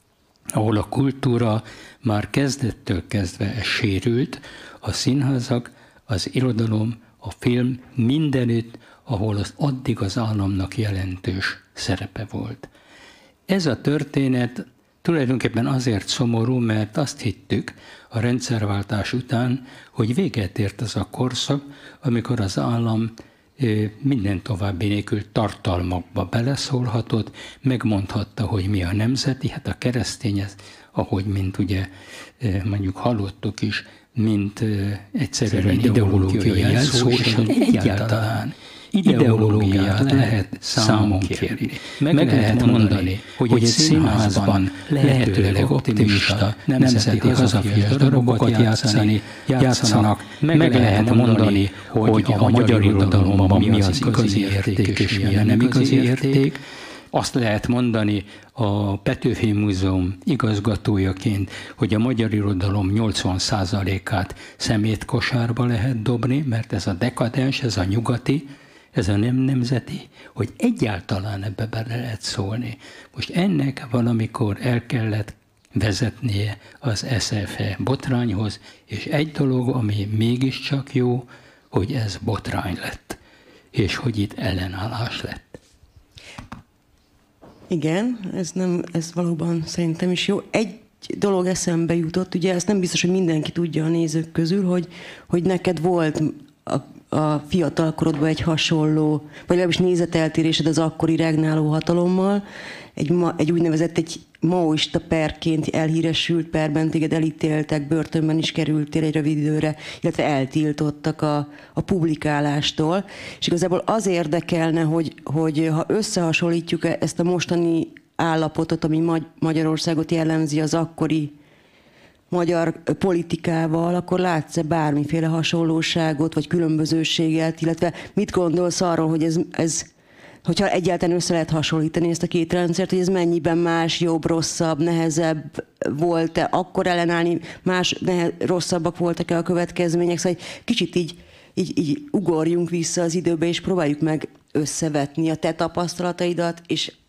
ahol a kultúra már kezdettől kezdve sérült, a színházak, az irodalom, a film mindenütt, ahol addig az államnak jelentős szerepe volt. Ez a történet tulajdonképpen azért szomorú, mert azt hittük a rendszerváltás után, hogy véget ért az a korszak, amikor az állam minden további nélkül tartalmakba beleszólhatott, megmondhatta, hogy mi a nemzeti, hát a keresztény, ahogy mint ugye mondjuk hallottuk is, mint egyszerűen ideológiai jelszó, és egyáltalán ideológiát lehet számon kérni. Meg lehet mondani, hogy egy színházban lehetőleg optimista, nemzeti hazafias darabokat játszanak, meg lehet mondani, hogy a magyar irodalomban mi az igazi érték és mi a nem igazi érték. Azt lehet mondani a Petőfi Múzeum igazgatójaként, hogy a magyar irodalom 80%-át szemétkosárba lehet dobni, mert ez a dekadens, ez a nyugati, ez a nem nemzeti, hogy egyáltalán ebbe bele lehet szólni. Most ennek valamikor el kellett vezetnie az SZFE botrányhoz, és egy dolog, ami mégiscsak jó, hogy ez botrány lett, és hogy itt ellenállás lett. Igen, ez valóban szerintem is jó. Egy dolog eszembe jutott, ugye ezt nem biztos, hogy mindenki tudja a nézők közül, hogy neked volt a fiatal korodban egy hasonló, vagy legalábbis nézeteltérésed az akkori regnáló hatalommal, egy úgynevezett egy maoista perként elhíresült perben téged elítéltek, börtönben is kerültél egy rövid időre, illetve eltiltottak a publikálástól. És igazából az érdekelne, hogy ha összehasonlítjuk ezt a mostani állapotot, ami Magyarországot jellemzi az akkori magyar politikával, akkor látsz-e bármiféle hasonlóságot, vagy különbözőséget, illetve mit gondolsz arról, hogy ez hogyha egyáltalán össze lehet hasonlítani ezt a két rendszert, hogy ez mennyiben más, jobb, rosszabb, nehezebb volt-e akkor ellenállni, rosszabbak voltak-e a következmények, szóval egy kicsit így ugorjunk vissza az időbe, és próbáljuk meg összevetni a te tapasztalataidat,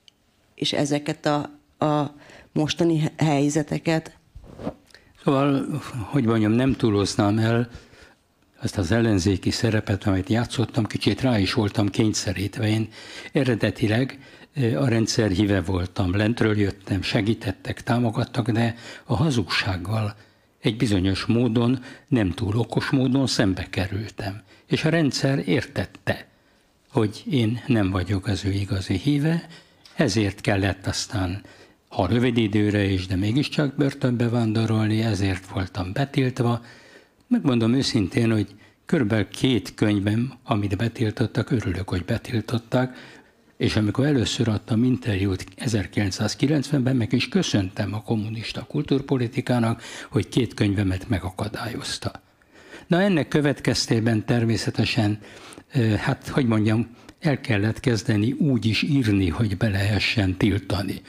és ezeket a mostani helyzeteket. Szóval, hogy mondjam, nem túloznám el azt az ellenzéki szerepet, amit játszottam, kicsit rá is voltam kényszerítve. Én eredetileg a rendszer híve voltam, lentről jöttem, segítettek, támogattak, de a hazugsággal egy bizonyos módon, nem túl okos módon szembe kerültem. És a rendszer értette, hogy én nem vagyok az ő igazi híve, ezért kellett aztán, ha rövid időre is, de mégiscsak börtönbe vándorolni, ezért voltam betiltva. Megmondom őszintén, hogy körülbelül 2 könyvem, amit betiltottak, örülök, hogy betiltották, és amikor először adtam interjút 1990-ben, meg is köszöntem a kommunista kultúrpolitikának, hogy 2 könyvemet megakadályozta. Na ennek következtében természetesen, hát hogy mondjam, el kellett kezdeni úgy is írni, hogy be lehessen tiltani.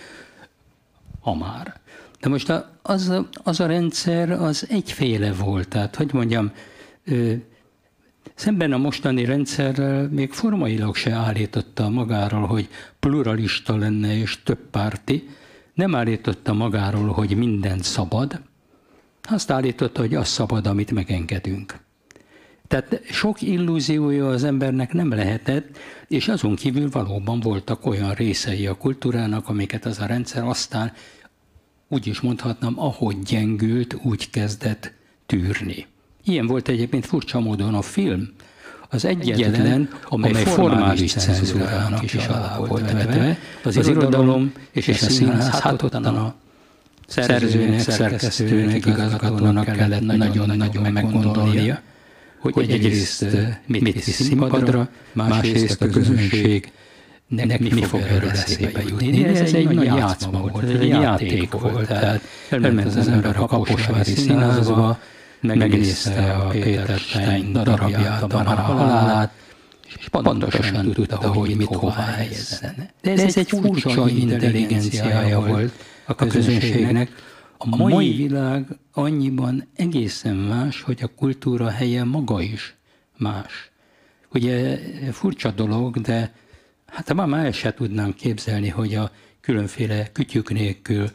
Már. De most az a rendszer az egyféle volt, tehát hogy mondjam, szemben a mostani rendszerrel még formailag se állította magáról, hogy pluralista lenne és többpárti, nem állította magáról, hogy minden szabad, azt állította, hogy az szabad, amit megengedünk. Tehát sok illúziója az embernek nem lehetett, és azon kívül valóban voltak olyan részei a kultúrának, amiket az a rendszer aztán úgy is mondhatnám, ahogy gyengült, úgy kezdett tűrni. Ilyen volt egyébként furcsa módon a film, az egyetlen, amely formális cenzúrának is alá volt vetve, az irodalom és a színház, hát ottan a szerzőnek, szerkesztőnek, igazgatónak kellett nagyon-nagyon meggondolnia, hogy egyrészt mit visz színpadra, másrészt a közönség mi fog erről eszébe jutni. Ez egy nagy játszma volt, egy játék volt. Tehát elment az ember a Kaposvári Színházba, megnézte a Péter Stein darabját, a Mara halálát, és pontosan tudta, hogy mit hová helyezzen. De ez egy furcsa intelligenciája volt a közönségnek. A mai világ annyiban egészen más, hogy a kultúra helye maga is más. Ugye furcsa dolog, de hát már el se tudnánk képzelni, hogy a különféle kütyük nélkül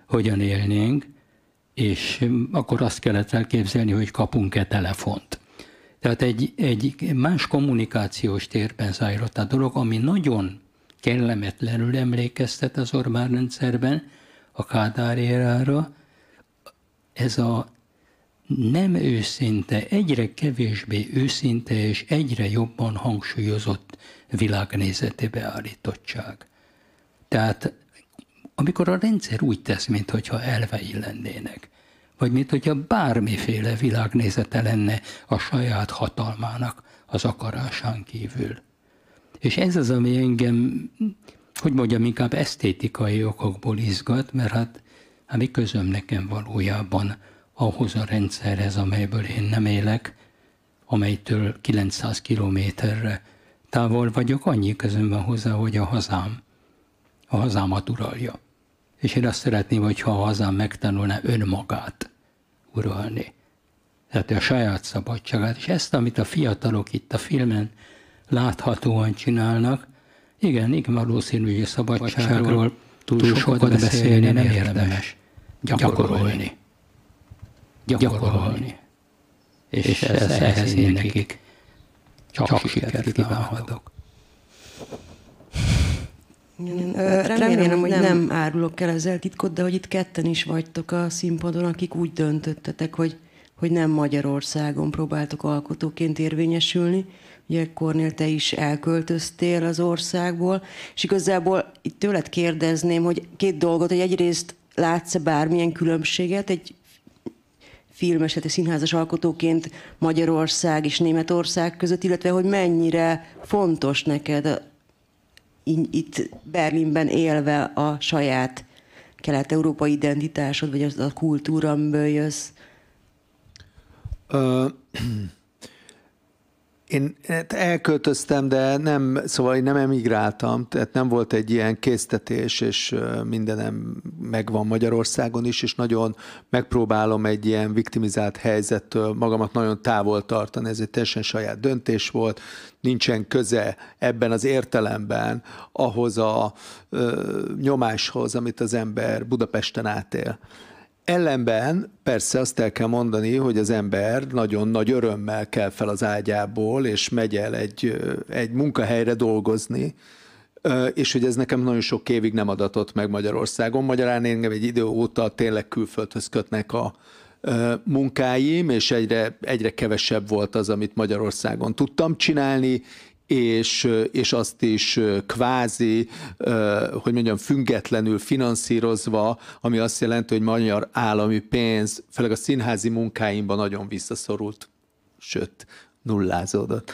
hogyan élnénk, és akkor azt kellett elképzelni, hogy kapunk-e telefont. Tehát egy más kommunikációs térben zajlott a dolog, ami nagyon kellemetlenül emlékeztet az Orbán rendszerben, a Kádár érára, ez a nem őszinte, egyre kevésbé őszinte és egyre jobban hangsúlyozott világnézeti beállítottság. Tehát amikor a rendszer úgy tesz, mintha elvei lennének, vagy mintha bármiféle világnézete lenne a saját hatalmának az akarásán kívül. És ez az, ami engem, hogy mondjam, inkább esztétikai okokból izgat, mert hát mi közöm nekem valójában ahhoz a rendszerhez, amelyből én nem élek, amelytől 900 kilométerre távol vagyok, annyi közöm van hozzá, hogy a hazámat uralja. És én azt szeretném, hogyha a hazám megtanulná önmagát uralni. Tehát a saját szabadságát. És ezt, amit a fiatalok itt a filmen láthatóan csinálnak, igen, valószínű, hogy a szabadságról túl sokat beszélni nem érdemes. Gyakorolni. És ehhez én nekik csak sikert kívánhatok. Remélem, hogy nem árulok el ezzel titkot, de hogy itt ketten is vagytok a színpadon, akik úgy döntöttetek, hogy nem Magyarországon próbáltok alkotóként érvényesülni. Ugye Kornél, te is elköltöztél az országból, és igazából itt tőled kérdezném, hogy két dolgot, hogy egyrészt látsz-e bármilyen különbséget egy filmes, tehát színházas alkotóként Magyarország és Németország között, illetve hogy mennyire fontos neked itt Berlinben élve a saját kelet-európai identitásod, vagy az a kultúra, amiből jössz? Én elköltöztem, de szóval én nem emigráltam, tehát nem volt egy ilyen késztetés, és mindenem megvan Magyarországon is, és nagyon megpróbálom egy ilyen viktimizált helyzettől magamat nagyon távol tartani, ez egy teljesen saját döntés volt, nincsen köze ebben az értelemben ahhoz a nyomáshoz, amit az ember Budapesten átél. Ellenben persze azt el kell mondani, hogy az ember nagyon nagy örömmel kell fel az ágyából, és megy el egy munkahelyre dolgozni, és hogy ez nekem nagyon sok évig nem adatott meg Magyarországon. Magyarán engem egy idő óta tényleg külföldhöz kötnek a munkáim, és egyre kevesebb volt az, amit Magyarországon tudtam csinálni, és azt is kvázi, hogy mondjam, függetlenül finanszírozva, ami azt jelenti, hogy magyar állami pénz, főleg a színházi munkáimban nagyon visszaszorult, sőt, nullázódott.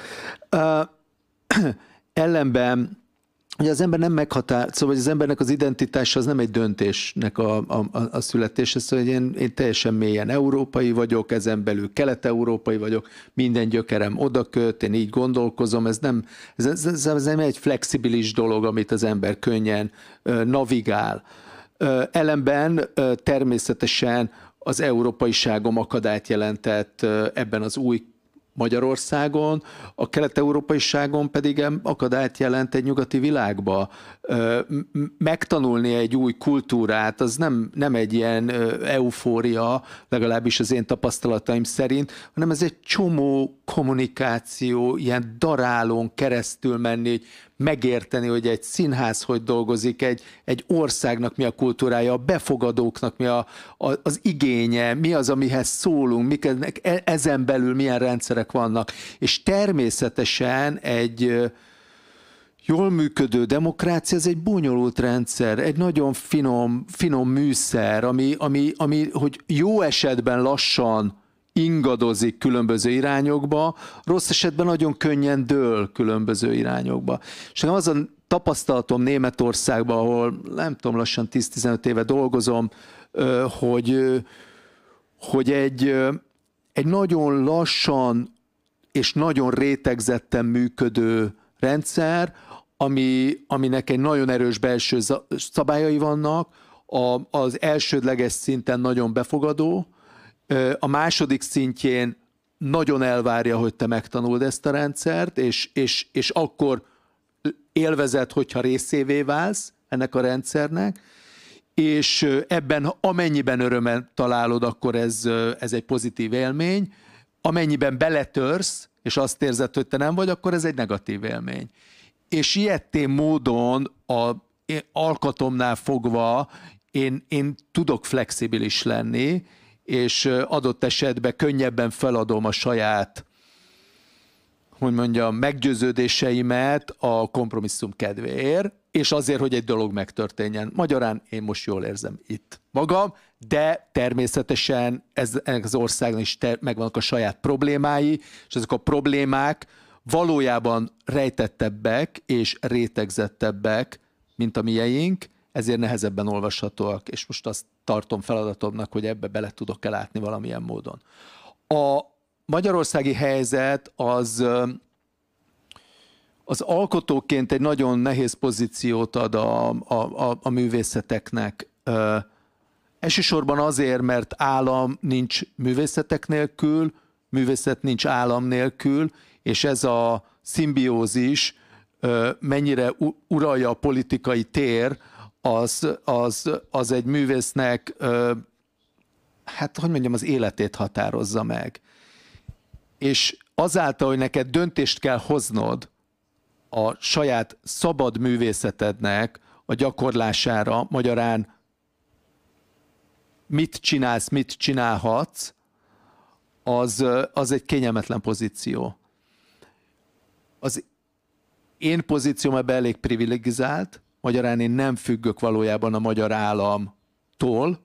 Ellenben, hogy az ember nem szóval az embernek az identitása az nem egy döntésnek a születése, szóval én teljesen mélyen európai vagyok, ezen belül kelet-európai vagyok, minden gyökerem odaköt, én így gondolkozom, ez nem egy flexibilis dolog, amit az ember könnyen navigál. Ellenben természetesen az európaiságom akadályt jelentett ebben az új Magyarországon, a kelet-európaiságon pedig akadályt jelent egy nyugati világba. Megtanulni egy új kultúrát, az nem egy ilyen eufória, legalábbis az én tapasztalataim szerint, hanem ez egy csomó kommunikáció, ilyen darálón keresztül menni, hogy megérteni, hogy egy színház hogy dolgozik, egy országnak mi a kultúrája, a befogadóknak mi az igénye, mi az, amihez szólunk, ezen belül milyen rendszerek vannak. És természetesen egy jól működő demokrácia, ez egy bonyolult rendszer, egy nagyon finom műszer, ami hogy jó esetben lassan ingadozik különböző irányokba, rossz esetben nagyon könnyen dől különböző irányokba. És az a tapasztalatom Németországban, ahol nem tudom, lassan 10-15 éve dolgozom, hogy egy nagyon lassan és nagyon rétegzetten működő rendszer, aminek egy nagyon erős belső szabályai vannak, az elsődleges szinten nagyon befogadó, a második szintjén nagyon elvárja, hogy te megtanuld ezt a rendszert, és akkor élvezed, hogyha részévé válsz ennek a rendszernek, és ebben amennyiben örömet találod, akkor ez egy pozitív élmény, amennyiben beletörsz, és azt érzed, hogy te nem vagy, akkor ez egy negatív élmény. És ilyetén módon alkatomnál fogva én tudok flexibilis lenni, és adott esetben könnyebben feladom a saját, hogy mondjam, meggyőződéseimet a kompromisszum kedvéért, és azért, hogy egy dolog megtörténjen. Magyarán én most jól érzem itt magam, de természetesen ennek az országnak is megvannak a saját problémái, és ezek a problémák valójában rejtettebbek és rétegzettebbek, mint a mieink, ezért nehezebben olvashatóak, és most azt tartom feladatomnak, hogy ebbe bele tudok látni valamilyen módon. A magyarországi helyzet az alkotóként egy nagyon nehéz pozíciót ad a művészeteknek. Elsősorban azért, mert állam nincs művészetek nélkül, művészet nincs állam nélkül, és ez a szimbiózis mennyire uralja a politikai tér, az egy művésznek, hát hogy mondjam, az életét határozza meg. És azáltal, hogy neked döntést kell hoznod a saját szabad művészetednek a gyakorlására, magyarán mit csinálsz, mit csinálhatsz, az egy kényelmetlen pozíció. Az én pozícióm ebben elég privilegizált, magyarán én nem függök valójában a magyar államtól.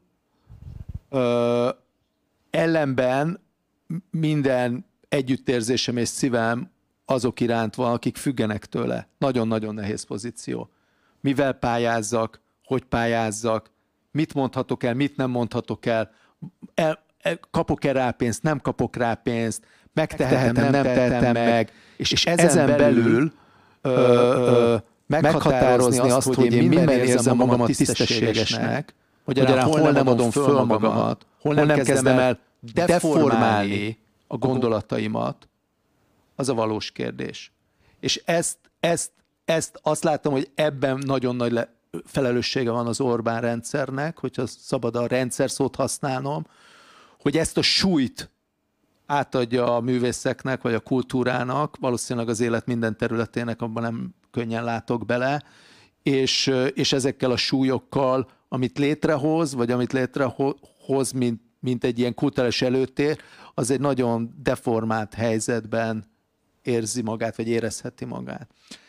Ellenben minden együttérzésem és szívem azok iránt van, akik függenek tőle. Nagyon-nagyon nehéz pozíció. Mivel pályázzak, hogy pályázzak, mit mondhatok el, mit nem mondhatok el, kapok-e rá pénzt, nem kapok rá pénzt, megtehetem, nem tehetem meg, és ezen belül meghatározni azt, hogy én miben érzem magamat tisztességesnek, magyarán hol nem adom föl magamat, hol nem kezdem el deformálni a gondolataimat, az a valós kérdés. És ezt azt látom, hogy ebben nagyon nagy felelőssége van az Orbán rendszernek, hogyha szabad a rendszer szót használnom, hogy ezt a súlyt átadja a művészeknek, vagy a kultúrának, valószínűleg az élet minden területének, abban nem könnyen látok bele, és ezekkel a súlyokkal, amit létrehoz, vagy amit létrehoz, mint egy ilyen kulturális előtér, az egy nagyon deformált helyzetben érzi magát, vagy érezheti magát.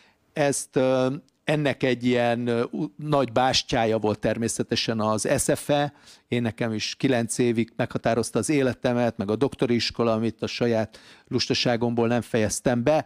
Ennek egy ilyen nagy bástyája volt természetesen az SFE. Én nekem is 9 évig meghatározta az életemet, meg a doktori iskola, amit a saját lustaságomból nem fejeztem be.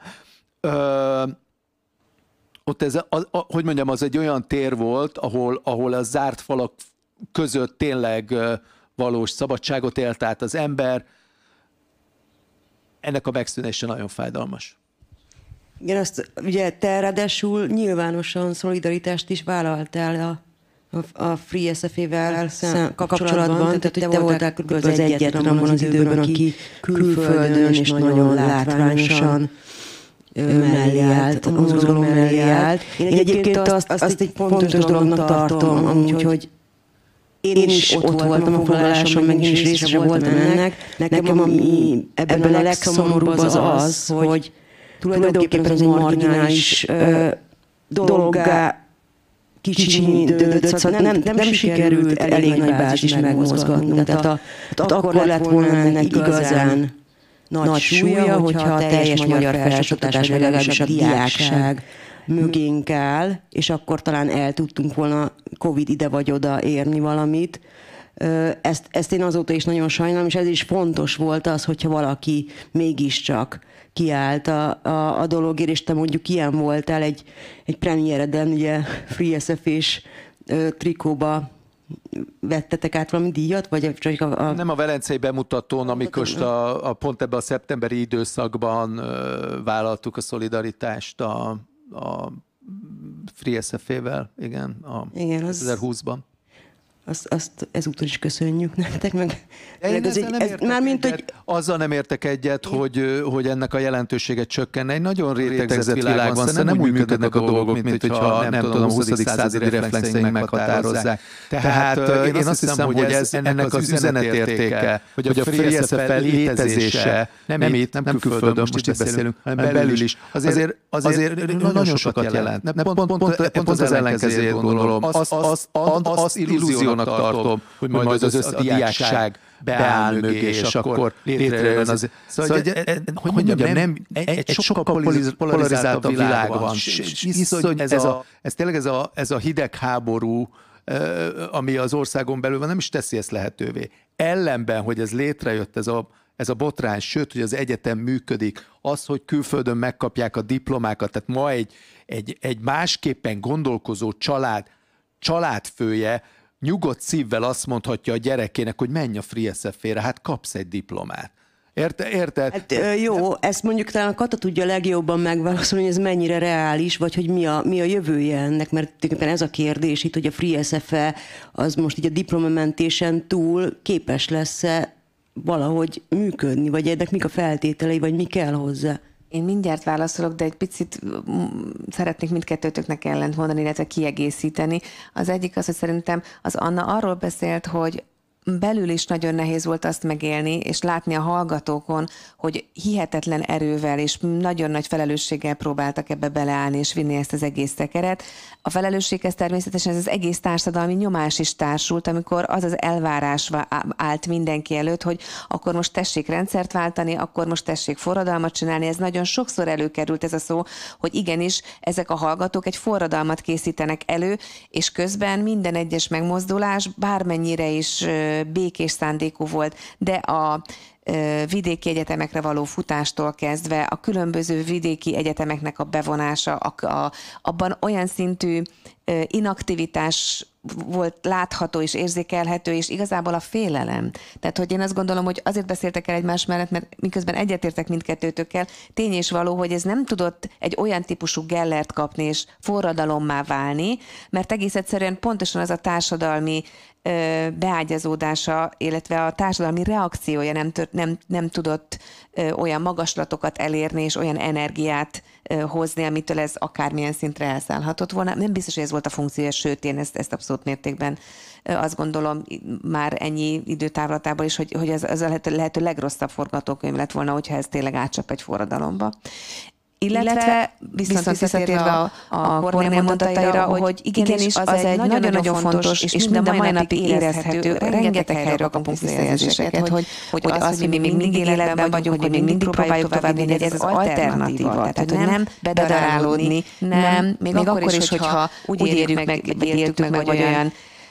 Ott hogy mondjam, az egy olyan tér volt, ahol a zárt falak között tényleg valós szabadságot élt át az ember. Ennek a megszűnése nagyon fájdalmas. Igen, azt ugye te ráadásul nyilvánosan szolidaritást is vállaltál a Free SFE-vel kapcsolatban, tehát te voltál kb. Az egyetlen abban az időben, aki külföldön és nagyon látványosan mellé állt, a mozgalom mellé állt. Én egyébként azt egy fontos dolognak tartom, úgyhogy én is ott voltam a foglaláson, meg én is részese voltam ennek. Nekem ami ebben a legszomorúbb az, hogy tulajdonképpen ez egy marginális dologgá kicsinyítődött, szóval nem sikerült elég nagy bázis megmozgatni. Tehát akkor lett volna ennek igazán nagy súlya, hogyha a teljes magyar felsőoktatás, vagy legalábbis a diákság mögénk áll, és akkor talán el tudtunk volna Covid ide vagy oda érni valamit. Ezt én azóta is nagyon sajnálom, és ez is fontos volt az, hogyha valaki mégiscsak kiállt a dologért, és te mondjuk ilyen voltál egy premiereden, ugye Free SF-és trikóba vettetek át valami díjat? Vagy csak Nem a velencei bemutatón, amikor pont ebben a szeptemberi időszakban vállaltuk a szolidaritást a Free SF-vel, igen, 2020-ban. Azt ezúttal is köszönjük nektek, meg azzal nem értek egyet, hogy ennek a jelentősége csökkenne. Egy nagyon rétegzett világban nem úgy működnek a dolgok, mint hogyha nem tudom, 20. századi reflexeink meghatározzák. Tehát én azt hiszem, hogy ennek az üzenetértéke, hogy a Free SFE létezése nem külföldön, most itt beszélünk, hanem belül is, azért nagyon sokat jelent. Pont az ellenkezőjét gondolom. Azt illúziónak tartom, hogy majd az a diákság beáll mögé, és akkor létrejön az... Szóval, hogy mondjam, nem, egy sokkal polarizáltabb világ van. Ez tényleg ez a hidegháború, ami az országon belül van, nem is teszi ezt lehetővé. Ellenben, hogy ez létrejött, ez a botrány, sőt, hogy az egyetem működik, az, hogy külföldön megkapják a diplomákat, tehát ma egy másképpen gondolkozó családfője nyugodt szívvel azt mondhatja a gyerekének, hogy menj a Free SFE-re, hát kapsz egy diplomát. Érted? Hát, jó, ezt mondjuk talán a Kata tudja legjobban megválaszolni, hogy ez mennyire reális, vagy hogy mi a jövője ennek, mert tulajdonképpen ez a kérdés itt, hogy a Free SFE az most így a diplomamentésen túl képes lesz-e valahogy működni, vagy ennek mik a feltételei, vagy mi kell hozzá? Én mindjárt válaszolok, de egy picit szeretnék mindkettőtöknek ellent mondani, illetve kiegészíteni. Az egyik az, hogy szerintem az Anna arról beszélt, hogy belül is nagyon nehéz volt azt megélni, és látni a hallgatókon, hogy hihetetlen erővel és nagyon nagy felelősséggel próbáltak ebbe beleállni és vinni ezt az egész szekeret. A felelősséghez természetesen ez az egész társadalmi nyomás is társult, amikor az elvárás állt mindenki előtt, hogy akkor most tessék rendszert váltani, akkor most tessék forradalmat csinálni. Ez nagyon sokszor előkerült ez a szó, hogy igenis ezek a hallgatók egy forradalmat készítenek elő, és közben minden egyes megmozdulás bármennyire is békés szándékú volt, de a vidéki egyetemekre való futástól kezdve, a különböző vidéki egyetemeknek a bevonása, abban olyan szintű inaktivitás volt látható és érzékelhető, és igazából a félelem. Tehát, hogy én azt gondolom, hogy azért beszéltek el egymás mellett, mert miközben egyetértek mindkettőtökkel, tény és való, hogy ez nem tudott egy olyan típusú Gellert kapni és forradalommá válni, mert egész egyszerűen pontosan az a társadalmi beágyazódása, illetve a társadalmi reakciója nem tudott olyan magaslatokat elérni, és olyan energiát hozni, amitől ez akármilyen szintre elszállhatott volna. Nem biztos, hogy ez volt a funkciója, sőt, én ezt abszolút mértékben azt gondolom már ennyi időtávlatából is, hogy ez a lehető legrosszabb forgatókönyv lett volna, hogyha ez tényleg átcsap egy forradalomba. Illetve viszont visszatérve a Kornél mondataira, hogy igenis az egy nagyon-nagyon fontos, és mind a mai napig érezhető, rengeteg helyről kapunk visszajelzéseket, hogy az, hogy mi még mindig életben vagyunk, hogy még mindig próbáljuk továbbvinni, hogy ez az alternatíva. Tehát, hogy nem bedarálódni, nem, még akkor is, hogyha úgy érjük meg, vagy éltük meg, vagy olyan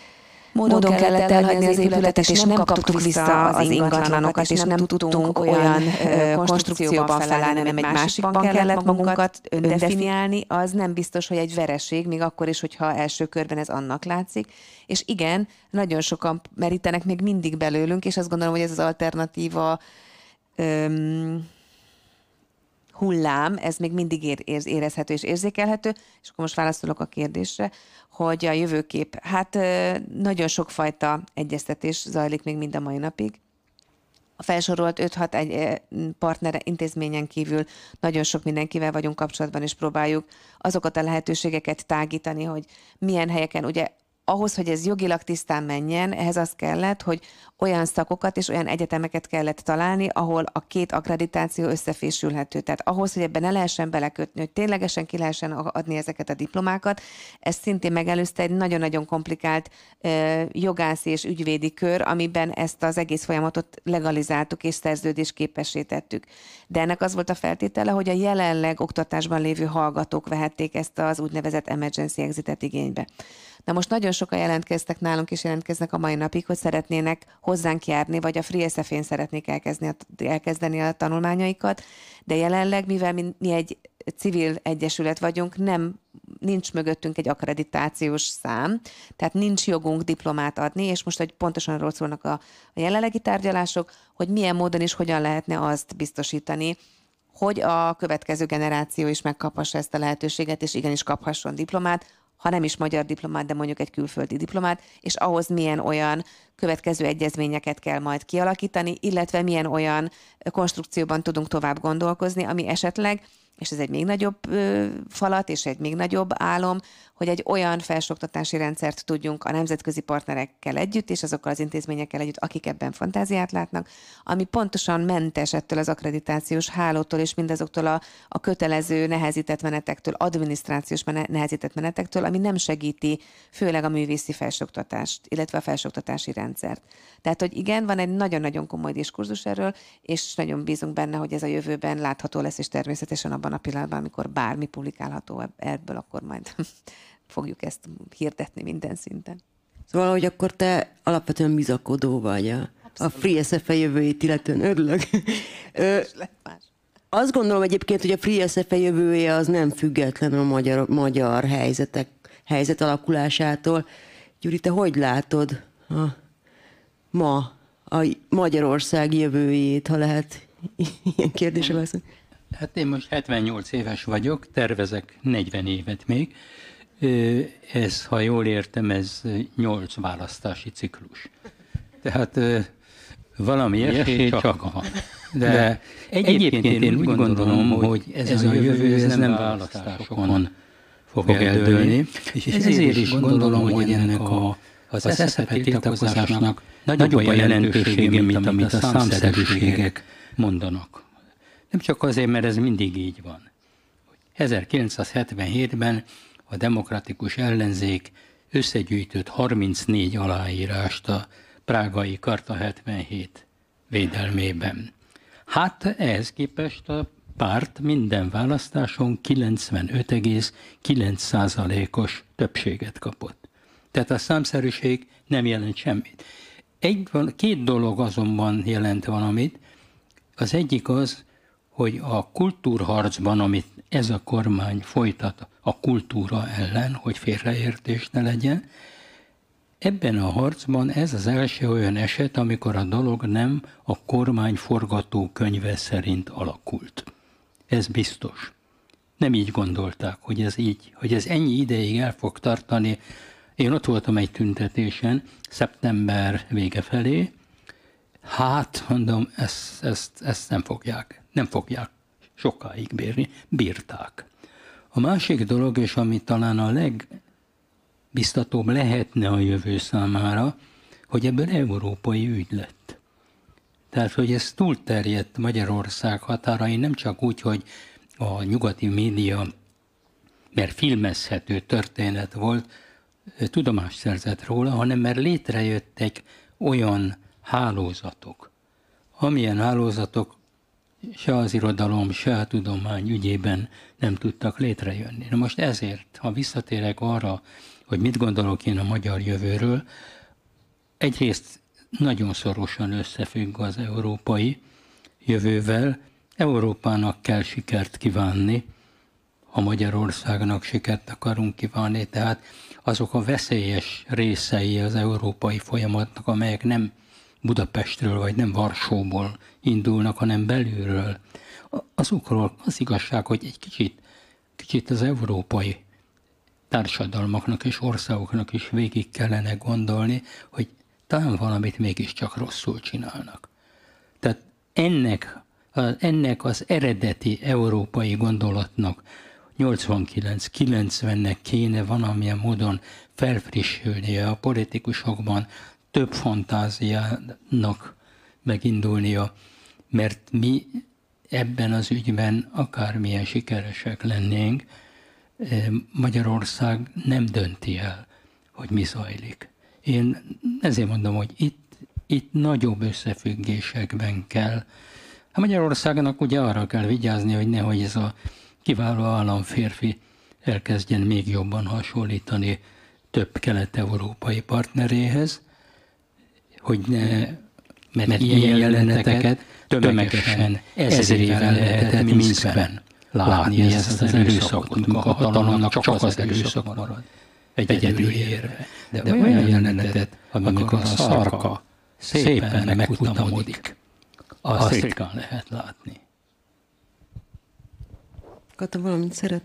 módon kellett elhagyni az épületet, és nem kaptuk vissza az ingatlanokat, és nem tudtunk olyan konstrukcióban felállni, nem egy másikban kellett magunkat definiálni, az nem biztos, hogy egy vereség, még akkor is, hogyha első körben ez annak látszik. És igen, nagyon sokan merítenek még mindig belőlünk, és azt gondolom, hogy ez az alternatíva hullám, ez még mindig érezhető és érzékelhető, és akkor most válaszolok a kérdésre, hogy a jövőkép, hát nagyon sokfajta egyeztetés zajlik még mind a mai napig. A felsorolt 5-6 partner intézményen kívül nagyon sok mindenkivel vagyunk kapcsolatban, és próbáljuk azokat a lehetőségeket tágítani, hogy milyen helyeken, ugye ahhoz, hogy ez jogilag tisztán menjen, ehhez az kellett, hogy olyan szakokat és olyan egyetemeket kellett találni, ahol a két akkreditáció összefésülhető. Tehát ahhoz, hogy ebben ne lehessen belekötni, hogy ténylegesen ki lehessen adni ezeket a diplomákat, ez szintén megelőzte egy nagyon-nagyon komplikált jogászi és ügyvédi kör, amiben ezt az egész folyamatot legalizáltuk és szerződésképessé tettük. De ennek az volt a feltétele, hogy a jelenleg oktatásban lévő hallgatók vehették ezt az úgynevezett emergency exitet igénybe. Na most nagyon sokan jelentkeztek nálunk, és jelentkeznek a mai napig, hogy szeretnének hozzánk járni, vagy a Free SFE-n szeretnék elkezdeni a tanulmányaikat, de jelenleg, mivel mi egy civil egyesület vagyunk, nincs mögöttünk egy akkreditációs szám, tehát nincs jogunk diplomát adni, és most, hogy pontosan arról szólnak a jelenlegi tárgyalások, hogy milyen módon és hogyan lehetne azt biztosítani, hogy a következő generáció is megkaphassa ezt a lehetőséget, és igenis kaphasson diplomát, ha nem is magyar diplomát, de mondjuk egy külföldi diplomát, és ahhoz milyen olyan következő egyezményeket kell majd kialakítani, illetve milyen olyan konstrukcióban tudunk tovább gondolkozni, ami esetleg, és ez egy még nagyobb falat, és egy még nagyobb álom, hogy egy olyan felsőoktatási rendszert tudjunk a nemzetközi partnerekkel együtt, és azokkal az intézményekkel együtt, akik ebben fantáziát látnak, ami pontosan mentes ettől az akkreditációs hálótól, és mindazoktól a kötelező nehezített menetektől, adminisztrációs nehezített menetektől, ami nem segíti főleg a művészi felsőoktatást, illetve a felsőoktatási rendszert. Tehát, hogy igen, van egy nagyon-nagyon komoly diskurzus erről, és nagyon bízunk benne, hogy ez a jövőben látható lesz, és természetesen abban a pillanatban, amikor bármi publikálható ebből, akkor majd fogjuk ezt hirdetni minden szinten. Szóval, hogy akkor te alapvetően bizakodó vagy a Free SFE jövőjét illetően. Örülök. Azt gondolom egyébként, hogy a Free SFE jövője az nem független a magyar helyzet alakulásától. Gyuri, te hogy látod ma a Magyarország jövőjét, ha lehet ilyen kérdésre válaszolni? Hát én most 78 éves vagyok, tervezek 40 évet még. Ez, ha jól értem, ez 8 választási ciklus. Tehát valami esély csak van. De egyébként én úgy gondolom, hogy ez a jövő ez nem választásokon fog eldőlni, és ezért is gondolom, hogy ennek az SZFE tiltakozásnak nagyobb a jelentősége, mint amit a számszerűségek mondanak. Nem csak azért, mert ez mindig így van. 1977-ben a demokratikus ellenzék összegyűjtött 34 aláírást a prágai Karta 77 védelmében. Hát ehhez képest a párt minden választáson 95,9%-os többséget kapott. Tehát a számszerűség nem jelent semmit. Két dolog azonban jelent valamit. Az egyik az, hogy a kultúrharcban, amit ez a kormány folytat a kultúra ellen, hogy félreértés ne legyen, ebben a harcban ez az első olyan eset, amikor a dolog nem a kormány forgatókönyve szerint alakult. Ez biztos. Nem így gondolták, hogy ez ennyi ideig el fog tartani. Én ott voltam egy tüntetésen, szeptember vége felé. Hát, mondom, ezt nem fogják sokáig bírni. Bírták. A másik dolog, és ami talán a legbiztatóbb lehetne a jövő számára, hogy ebből európai ügy lett. Tehát, hogy ez túlterjedt Magyarország határain, nem csak úgy, hogy a nyugati média, mert filmezhető történet volt, tudomást szerzett róla, hanem mert létrejöttek olyan hálózatok, amilyen hálózatok se az irodalom, se a tudomány ügyében nem tudtak létrejönni. Na most ezért, ha visszatérek arra, hogy mit gondolok én a magyar jövőről, egyrészt nagyon szorosan összefügg az európai jövővel. Európának kell sikert kívánni, ha Magyarországnak sikert akarunk kívánni, tehát azok a veszélyes részei az európai folyamatnak, amelyek nem Budapestről vagy nem Varsóból indulnak, hanem belülről. Azokról az igazság, hogy egy kicsit az európai társadalmaknak és országoknak is végig kellene gondolni, hogy talán valamit mégiscsak rosszul csinálnak. Tehát ennek az eredeti európai gondolatnak 89-90-nek kéne valamilyen módon felfrissülnie a politikusokban, több fantáziának megindulnia, mert mi ebben az ügyben akármilyen sikeresek lennénk, Magyarország nem dönti el, hogy mi zajlik. Én ezért mondom, hogy itt nagyobb összefüggésekben kell. A Magyarországnak ugye arra kell vigyázni, hogy nehogy ez a kiváló államférfi elkezdjen még jobban hasonlítani több kelet-európai partneréhez, hogy ne, mert ilyen jeleneteket tömegesen ezrével lehetett Minszkben látni ezt az erőszakot, a hatalomnak csak az erőszak marad, egyedül érve. De olyan jelenetet, amikor a szarka szépen megfutamodik, azt ritkán lehet látni. Kata, valamit szerettél?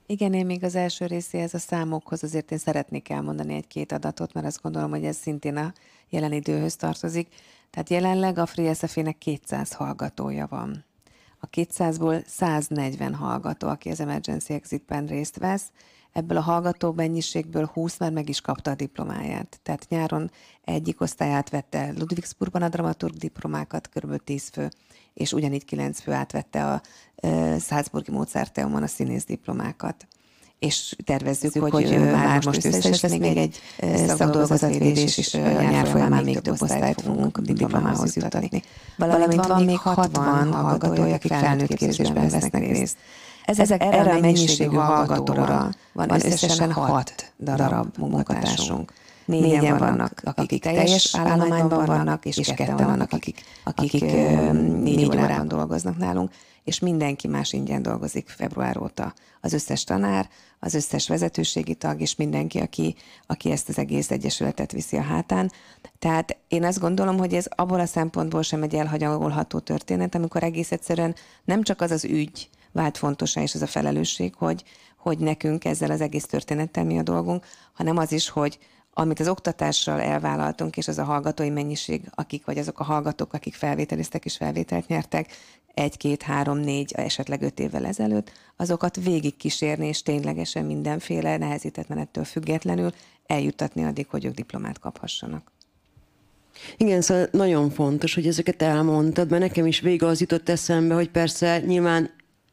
Igen, én még az első részéhez a számokhoz azért én szeretnék elmondani egy-két adatot, mert azt gondolom, hogy ez szintén a jelen időhöz tartozik. Tehát jelenleg a Free SFE-nek 200 hallgatója van. A 200-ból 140 hallgató, aki az Emergency Exitben részt vesz. Ebből a hallgató mennyiségből 20 már meg is kapta a diplomáját. Tehát nyáron egyik osztály átvette Ludwigsburgban a dramaturg diplomákat, kb. 10 fő, és ugyanígy 9 fő átvette a Salzburgi Mozarteumon a színész diplomákat. És tervezzük, hogy már most összes lesz még egy szakdolgozatvédés, és a nyár folyamán még több osztályt fogunk diplomához jutatni. Valamint van még 60 hallgatója, akik felnőtt képzésben vesznek részt. Erre a mennyiségű hallgatóra van összesen 6 darab munkatársunk. 4-en vannak, akik teljes állományban vannak, és 2-en vannak, akik 4 órában dolgoznak nálunk, és mindenki más ingyen dolgozik február óta. Az összes tanár, az összes vezetőségi tag, és mindenki, aki ezt az egész egyesületet viszi a hátán. Tehát én azt gondolom, hogy ez abból a szempontból sem egy elhanyagolható történet, amikor egész egyszerűen nem csak az az ügy vált fontosá, és az a felelősség, hogy nekünk ezzel az egész történettel mi a dolgunk, hanem az is, hogy amit az oktatással elvállaltunk, és az a hallgatói mennyiség, vagy azok a hallgatók, akik felvételiztek és felvételt nyertek 1, 2, 3, 4, esetleg 5 évvel ezelőtt, azokat végig kísérni, és ténylegesen mindenféle nehezített menettől függetlenül eljuttatni addig, hogy ők diplomát kaphassanak. Igen, szóval nagyon fontos, hogy ezeket elmondtad, mert nekem is végig az jutott eszembe, hogy persze nyilván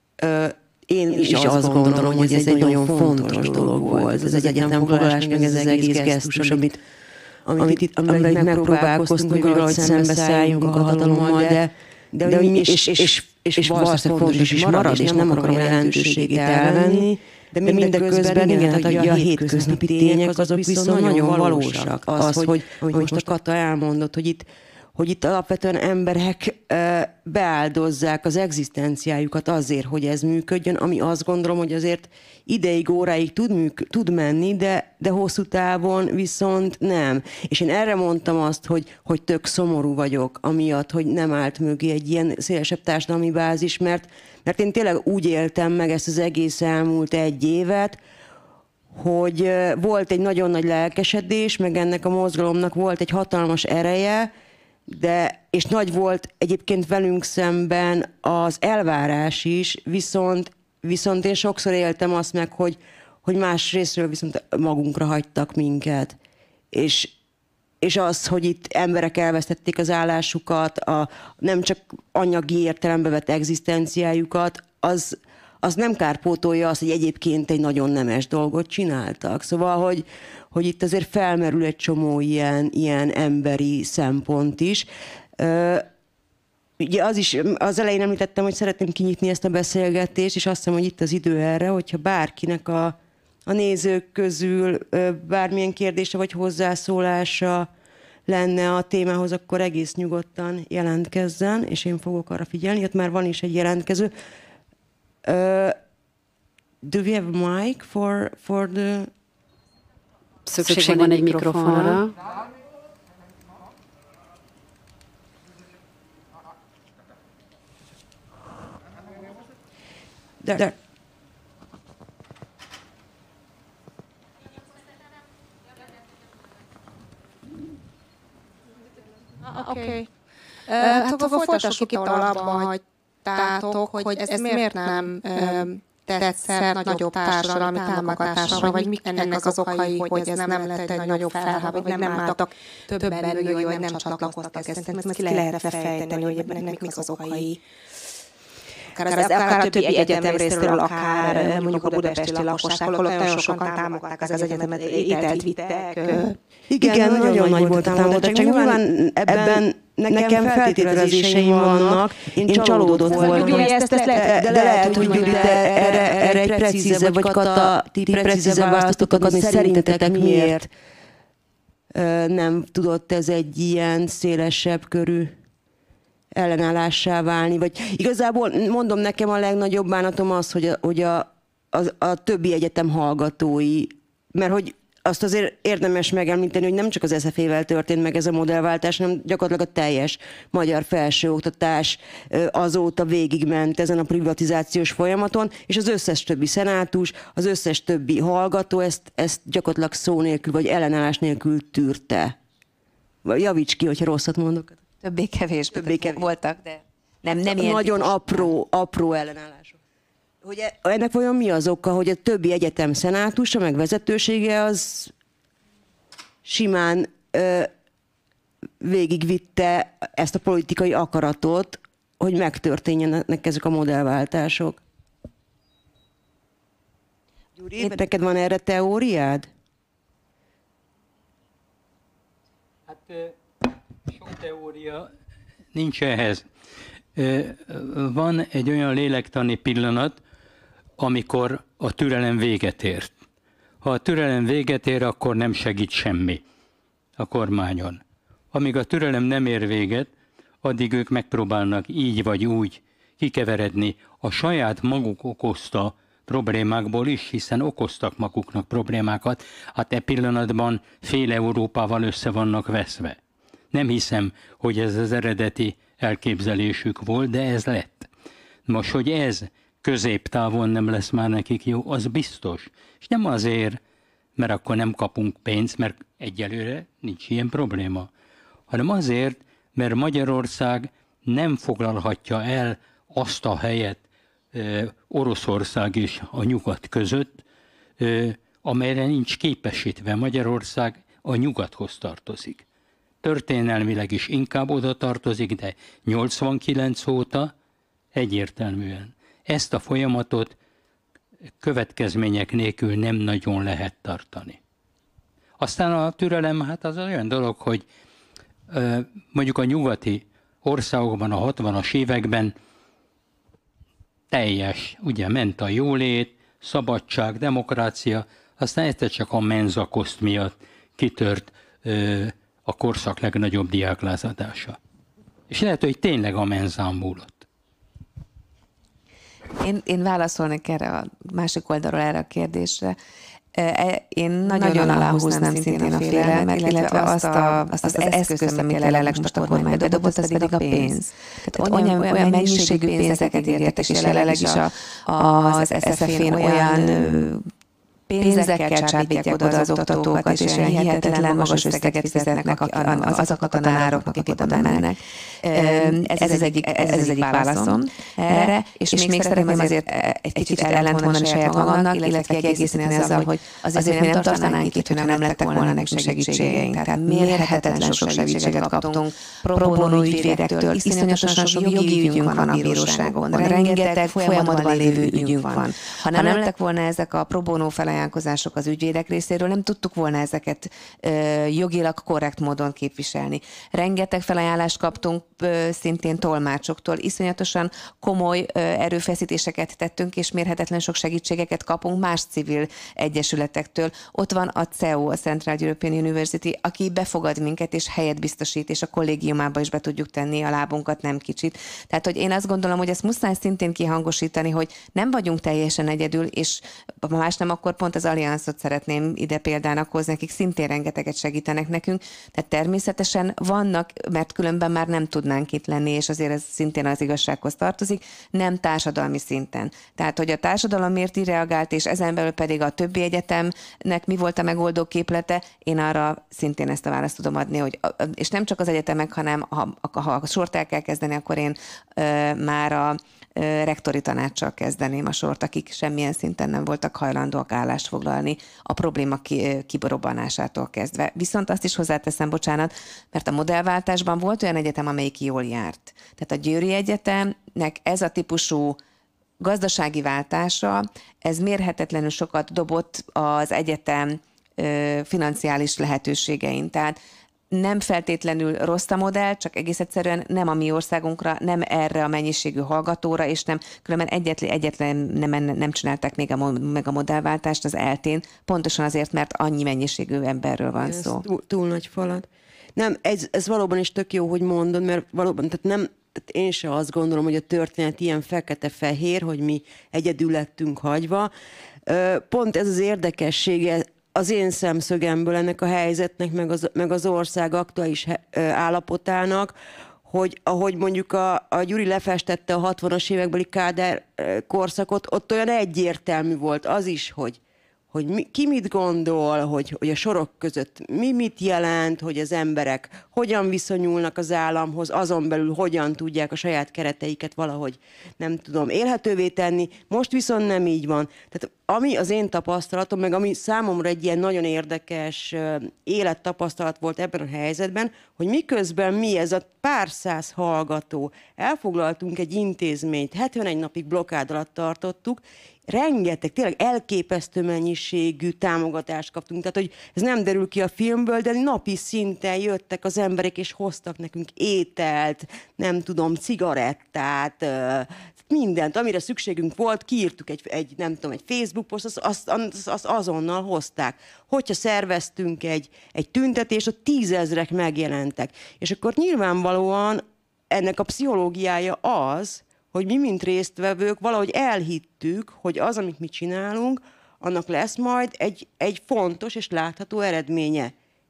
én is azt gondolom, hogy ez egy nagyon fontos dolog volt. Ez egy egyetemfoglalás, meg ez az egész gesztus, amivel megpróbálkoztunk, hogy valahogy szembeszálljunk a hatalommal, de és valószínűleg fontos is marad, és nem akarom jelentőségét elvenni, de mindeközben igen, hát a hétköznapi tények azok viszont nagyon valósak. Az, hogy most a Kata elmondott, hogy itt alapvetően emberek beáldozzák az egzisztenciájukat azért, hogy ez működjön, ami azt gondolom, hogy azért ideig, óráig tud menni, de hosszú távon viszont nem. És én erre mondtam azt, hogy tök szomorú vagyok, amiatt, hogy nem állt mögé egy ilyen szélesebb társadalmi bázis, mert én tényleg úgy éltem meg ezt az egész elmúlt 1 évet, hogy volt egy nagyon nagy lelkesedés, meg ennek a mozgalomnak volt egy hatalmas ereje, és nagy volt egyébként velünk szemben az elvárás is, viszont én sokszor éltem azt meg, hogy más részről viszont magunkra hagytak minket. És az, hogy itt emberek elvesztették az állásukat, nem csak anyagi értelembe vett egzisztenciájukat, az nem kárpótolja azt, hogy egyébként egy nagyon nemes dolgot csináltak. Szóval, hogy itt azért felmerül egy csomó ilyen emberi szempont is. Ugye az elején említettem, hogy szeretném kinyitni ezt a beszélgetést, és azt hiszem, hogy itt az idő erre, hogyha bárkinek a nézők közül bármilyen kérdése vagy hozzászólása lenne a témához, akkor egész nyugodtan jelentkezzen, és én fogok arra figyelni. Ott már van is egy jelentkező. Do we have a mic for the... Szükség van egy mikrofonra. There. Oké. Hát akkor folytassuk itt, ahol abba hagytátok, hogy ez miért nem tett szert nagyobb társadalmi támogatásra, vagy mik ennek az okai, hogy ez nem lett egy nagyobb felháború, vagy nem álltak többen mögé, hogy nem csatlakoztak ezt. Ezt ki lehetne fejteni, hogy ennek mik az okai. Akár a többi egyetem részéről, akár mondjuk a budapesti lakosságból, ott nagyon sokan támogatták az egyetemet, ételt vittek. Igen, nagyon nagy volt a támogatás. Csak nyilván ebben nekem feltételezéseim vannak. Én csalódott voltam. De lehet, hogy Gyuri, erre egy precízebb, vagy Kata, ti precízebb választotok adni. Szerintetek miért nem tudott ez egy ilyen szélesebb körű ellenállássá válni? Vagy igazából mondom, nekem a legnagyobb bánatom az, hogy a többi egyetem hallgatói, mert hogy azt azért érdemes megemlíteni, hogy nem csak az SZF-vel történt meg ez a modellváltás, hanem gyakorlatilag a teljes magyar felsőoktatás azóta végigment ezen a privatizációs folyamaton, és az összes többi szenátus, az összes többi hallgató ezt gyakorlatilag szó nélkül, vagy ellenállás nélkül tűrte. Javíts ki, hogyha rosszat mondok. Többé-kevésbé voltak, de nem ilyen nagyon apró ellenállások. Hogy ennek vajon mi az oka, hogy a többi egyetem szenátusa, meg vezetősége az simán végigvitte ezt a politikai akaratot, hogy megtörténjenek ezek a modellváltások. Gyuri, neked van erre teóriád? Hát sok teória nincs ehhez. Van egy olyan lélektani pillanat, amikor a türelem véget ért. Ha a türelem véget ér, akkor nem segít semmi a kormányon. Amíg a türelem nem ér véget, addig ők megpróbálnak így vagy úgy kikeveredni a saját maguk okozta problémákból is, hiszen okoztak maguknak problémákat, hát e pillanatban fél Európával össze vannak veszve. Nem hiszem, hogy ez az eredeti elképzelésük volt, de ez lett. Most, hogy ez középtávon nem lesz már nekik jó, az biztos. És nem azért, mert akkor nem kapunk pénzt, mert egyelőre nincs ilyen probléma, hanem azért, mert Magyarország nem foglalhatja el azt a helyet Oroszország és a nyugat között, amelyre nincs képesítve. Magyarország a nyugathoz tartozik. Történelmileg is inkább oda tartozik, de 89 óta egyértelműen. Ezt a folyamatot következmények nélkül nem nagyon lehet tartani. Aztán a türelem, hát az olyan dolog, hogy mondjuk a nyugati országokban a 60-as években teljes, ugye ment a jólét, szabadság, demokrácia, aztán egyszer csak a menzakoszt miatt kitört a korszak legnagyobb diáklázadása. És lehet, hogy tényleg a menzán múlott. Én válaszolnék erre a másik oldalról erre a kérdésre. Én nagyon aláhúznám szintén a félelmet, illetve azt az eszközt, amit jelenleg most a kormány bedobott, az pedig a pénz. Tehát olyan mennyiségű pénzeket ígértek, és jelenleg is az SZF-én olyan pénzekkel csábítják oda az oktatókat, és olyan hihetetlen magas összeget fizetnek azoknak a tanároknak, akik oda mennek. Ez az egyik válaszom erre, és még szeretném azért egy kicsit ellent mondani saját magamnak, illetve kiegészíteni azzal, hogy azért mi nem tartanánk itt, hogyha nem lettek volna nekünk segítségeink. Tehát mérhetetlen sok segítséget kaptunk pro bono ügyvédektől, iszonyatosan sok jogi ügyünk van a bíróságon, rengeteg folyamatban lévő ügyünk van. Ha nem lettek volna ezek a pro bono felajánlkozások az ügyvédek részéről, nem tudtuk volna ezeket jogilag korrekt módon képviselni. Rengeteg felajánlást kaptunk szintén tolmácsoktól, iszonyatosan komoly erőfeszítéseket tettünk, és mérhetetlen sok segítségeket kapunk más civil egyesületektől. Ott van a CEU, a Central European University, aki befogad minket, és helyet biztosít, és a kollégiumába is be tudjuk tenni a lábunkat, nem kicsit. Tehát, hogy én azt gondolom, hogy ezt muszáj szintén kihangosítani, hogy nem vagyunk teljesen egyedül, és ha más nem, akkor pont az Allianzot szeretném ide példának hozni, akik szintén rengeteget segítenek nekünk. Tehát természetesen vannak, mert különben már nem tudnánk itt lenni, és azért ez szintén az igazsághoz tartozik, nem társadalmi szinten. Tehát, hogy a társadalom miért így reagált, és ezen belül pedig a többi egyetemnek mi volt a megoldó képlete, én arra szintén ezt a választ tudom adni, hogy, és nem csak az egyetemek, hanem ha a sort el kell kezdeni, akkor én már a rektori tanácssal kezdeném a sort, akik semmilyen szinten nem voltak hajlandóak állást foglalni a probléma kiborobbanásától kezdve. Viszont azt is hozzáteszem, bocsánat, mert a modellváltásban volt olyan egyetem, amelyik jól járt. Tehát a Győri Egyetemnek ez a típusú gazdasági váltása, ez mérhetetlenül sokat dobott az egyetem financiális lehetőségein. Tehát nem feltétlenül rossz a modell, csak egész egyszerűen nem a mi országunkra, nem erre a mennyiségű hallgatóra, és nem, különben egyetlen nem csinálták még meg a modellváltást az ELTÉN, pontosan azért, mert annyi mennyiségű emberről van szó. Túl nagy falat. Nem, ez valóban is tök jó, hogy mondod, mert valóban, tehát én sem azt gondolom, hogy a történet ilyen fekete-fehér, hogy mi egyedül lettünk hagyva. Pont ez az érdekessége az én szemszögemből ennek a helyzetnek, meg az ország aktuális állapotának, hogy ahogy mondjuk a Gyuri lefestette a 60-as évekbeli Kádár korszakot, ott olyan egyértelmű volt az is, hogy ki mit gondol, hogy a sorok között mit jelent, hogy az emberek hogyan viszonyulnak az államhoz, azon belül hogyan tudják a saját kereteiket valahogy, nem tudom, élhetővé tenni. Most viszont nem így van. Tehát ami az én tapasztalatom, meg ami számomra egy ilyen nagyon érdekes élettapasztalat volt ebben a helyzetben, hogy miközben mi, ez a pár száz hallgató, elfoglaltunk egy intézményt, 71 napig blokkád alatt tartottuk, rengeteg, tényleg elképesztő mennyiségű támogatást kaptunk. Tehát, hogy ez nem derül ki a filmből, de napi szinten jöttek az emberek, és hoztak nekünk ételt, nem tudom, cigarettát, mindent, amire szükségünk volt, kiírtuk egy Facebook poszt, azt azonnal hozták. Hogyha szerveztünk egy tüntetést, ott 10 000-ek megjelentek. És akkor nyilvánvalóan ennek a pszichológiája az, hogy mi, mint résztvevők, valahogy elhittük, hogy az, amit mi csinálunk, annak lesz majd egy fontos és látható eredménye.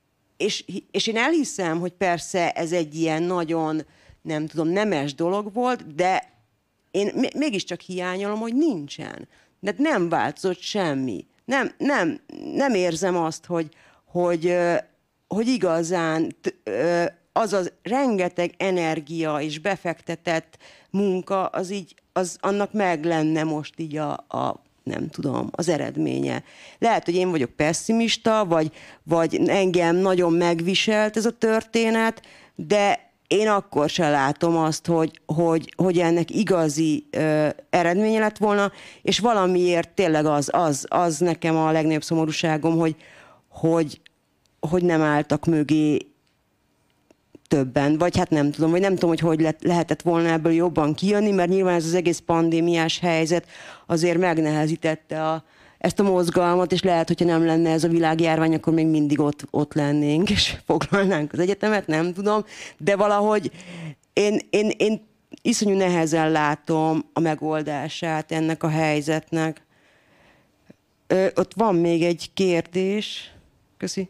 És én elhiszem, hogy persze ez egy ilyen nagyon, nem tudom, nemes dolog volt, de én mégiscsak hiányolom, hogy nincsen. De nem változott semmi. Nem érzem azt, hogy igazán az a rengeteg energia és befektetett munka, az annak meg lenne most így nem tudom, az eredménye. Lehet, hogy én vagyok pessimista, vagy engem nagyon megviselt ez a történet, de én akkor sem látom azt, hogy ennek igazi eredménye lett volna, és valamiért tényleg az nekem a legnagyobb szomorúságom, hogy nem álltak mögé többen, vagy hát nem tudom, hogy lehetett volna ebből jobban kijönni, mert nyilván ez az egész pandémiás helyzet azért megnehezítette ezt a mozgalmat, és lehet, hogyha nem lenne ez a világjárvány, akkor még mindig ott lennénk, és foglalnánk az egyetemet, nem tudom, de valahogy én iszonyú nehezen látom a megoldását ennek a helyzetnek. Ott van még egy kérdés. Köszi.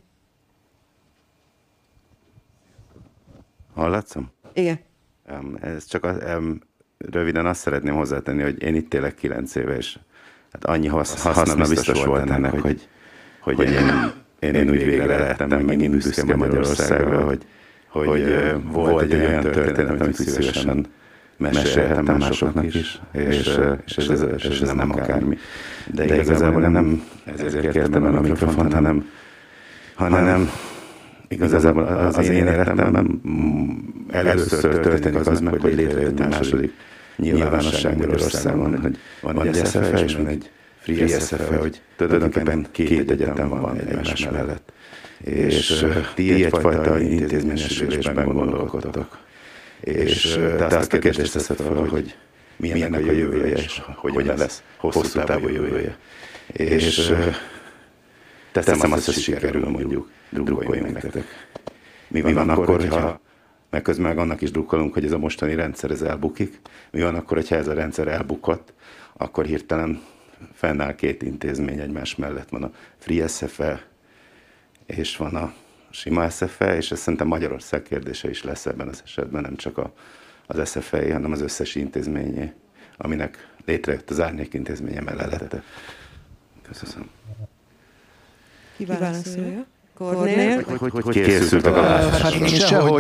Hallatszom? Igen. Ez csak röviden azt szeretném hozzátenni, hogy én itt élek 9 éve, és hát annyi haszna biztos volt ennek, hogy én úgy végre lehettem megint büszke Magyarországra, hogy volt egy olyan történet, amit szívesen mesélhettem másoknak is, és ez nem akármi. De igazából nem ezért kértem el a mikrofont, hanem igazából az én életemben először történik az meg, hogy létrejött egy második nyilvánosság Magyarországon, hogy van egy SFE és van egy Free SFE, hogy tulajdonképpen két egyetem van egymás mellett. És ti egyfajta intézményesülésben gondolkodtok. És te azt a kérdést teszed fel, hogy milyennek a jövője, és hogyan lesz hosszú távú jövője. És teszem azt, hogy sikerül, mondjuk, drukkoljunk nektek. Mi van akkor, ha meg közben annak is drukkolunk, hogy ez a mostani rendszer ez elbukik. Mi van akkor, hogyha ez a rendszer elbukott, akkor hirtelen fennáll két intézmény egymás mellett. Van a Free SFE, és van a sima SFE, és ez szerintem Magyarország kérdése is lesz ebben az esetben, nem csak az SFE, hanem az összes intézményé, aminek létrejött az árnyék intézménye mellette. Köszönöm. Ki válaszolja? Kornél? Hogy készültek a Sehogy,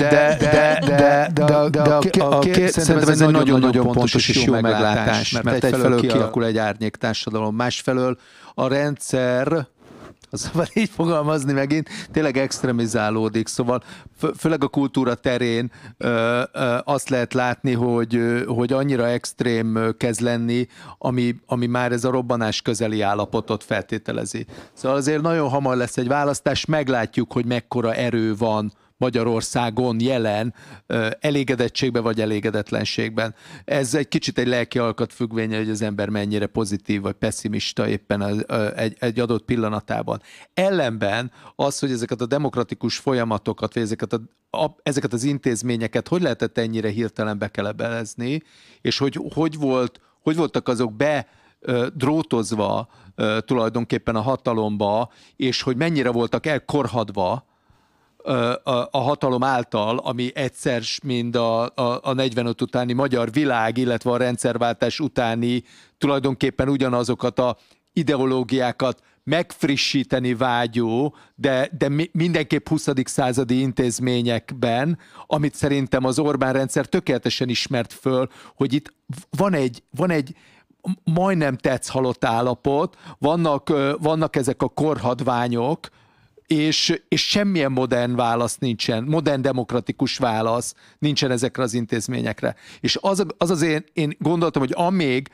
de szerintem ez egy nagyon-nagyon pontos és jó meglátás, mert egyfelől kialakul egy árnyék társadalom, másfelől a rendszer, szóval így fogalmazni megint, tényleg extremizálódik, szóval főleg a kultúra terén azt lehet látni, hogy annyira extrém kezd lenni, ami már ez a robbanás közeli állapotot feltételezi. Szóval azért nagyon hamar lesz egy választás, meglátjuk, hogy mekkora erő van Magyarországon jelen elégedettségben vagy elégedetlenségben. Ez egy kicsit egy lelki alkat függvénye, hogy az ember mennyire pozitív vagy pessimista éppen egy adott pillanatában. Ellenben az, hogy ezeket a demokratikus folyamatokat, vagy ezeket az intézményeket hogy lehetett ennyire hirtelen bekelebelezni, és hogy voltak azok drótozva tulajdonképpen a hatalomba, és hogy mennyire voltak elkorhadva a hatalom által, ami egyszer mind a 45 utáni magyar világ, illetve a rendszerváltás utáni tulajdonképpen ugyanazokat a ideológiákat megfrissíteni vágyó, de mindenképp 20. századi intézményekben, amit szerintem az Orbán rendszer tökéletesen ismert föl, hogy itt van egy majdnem tetszhalott állapot, vannak ezek a korhadványok, és semmilyen modern válasz nincsen, modern demokratikus válasz nincsen ezekre az intézményekre. És az én gondoltam, hogy amíg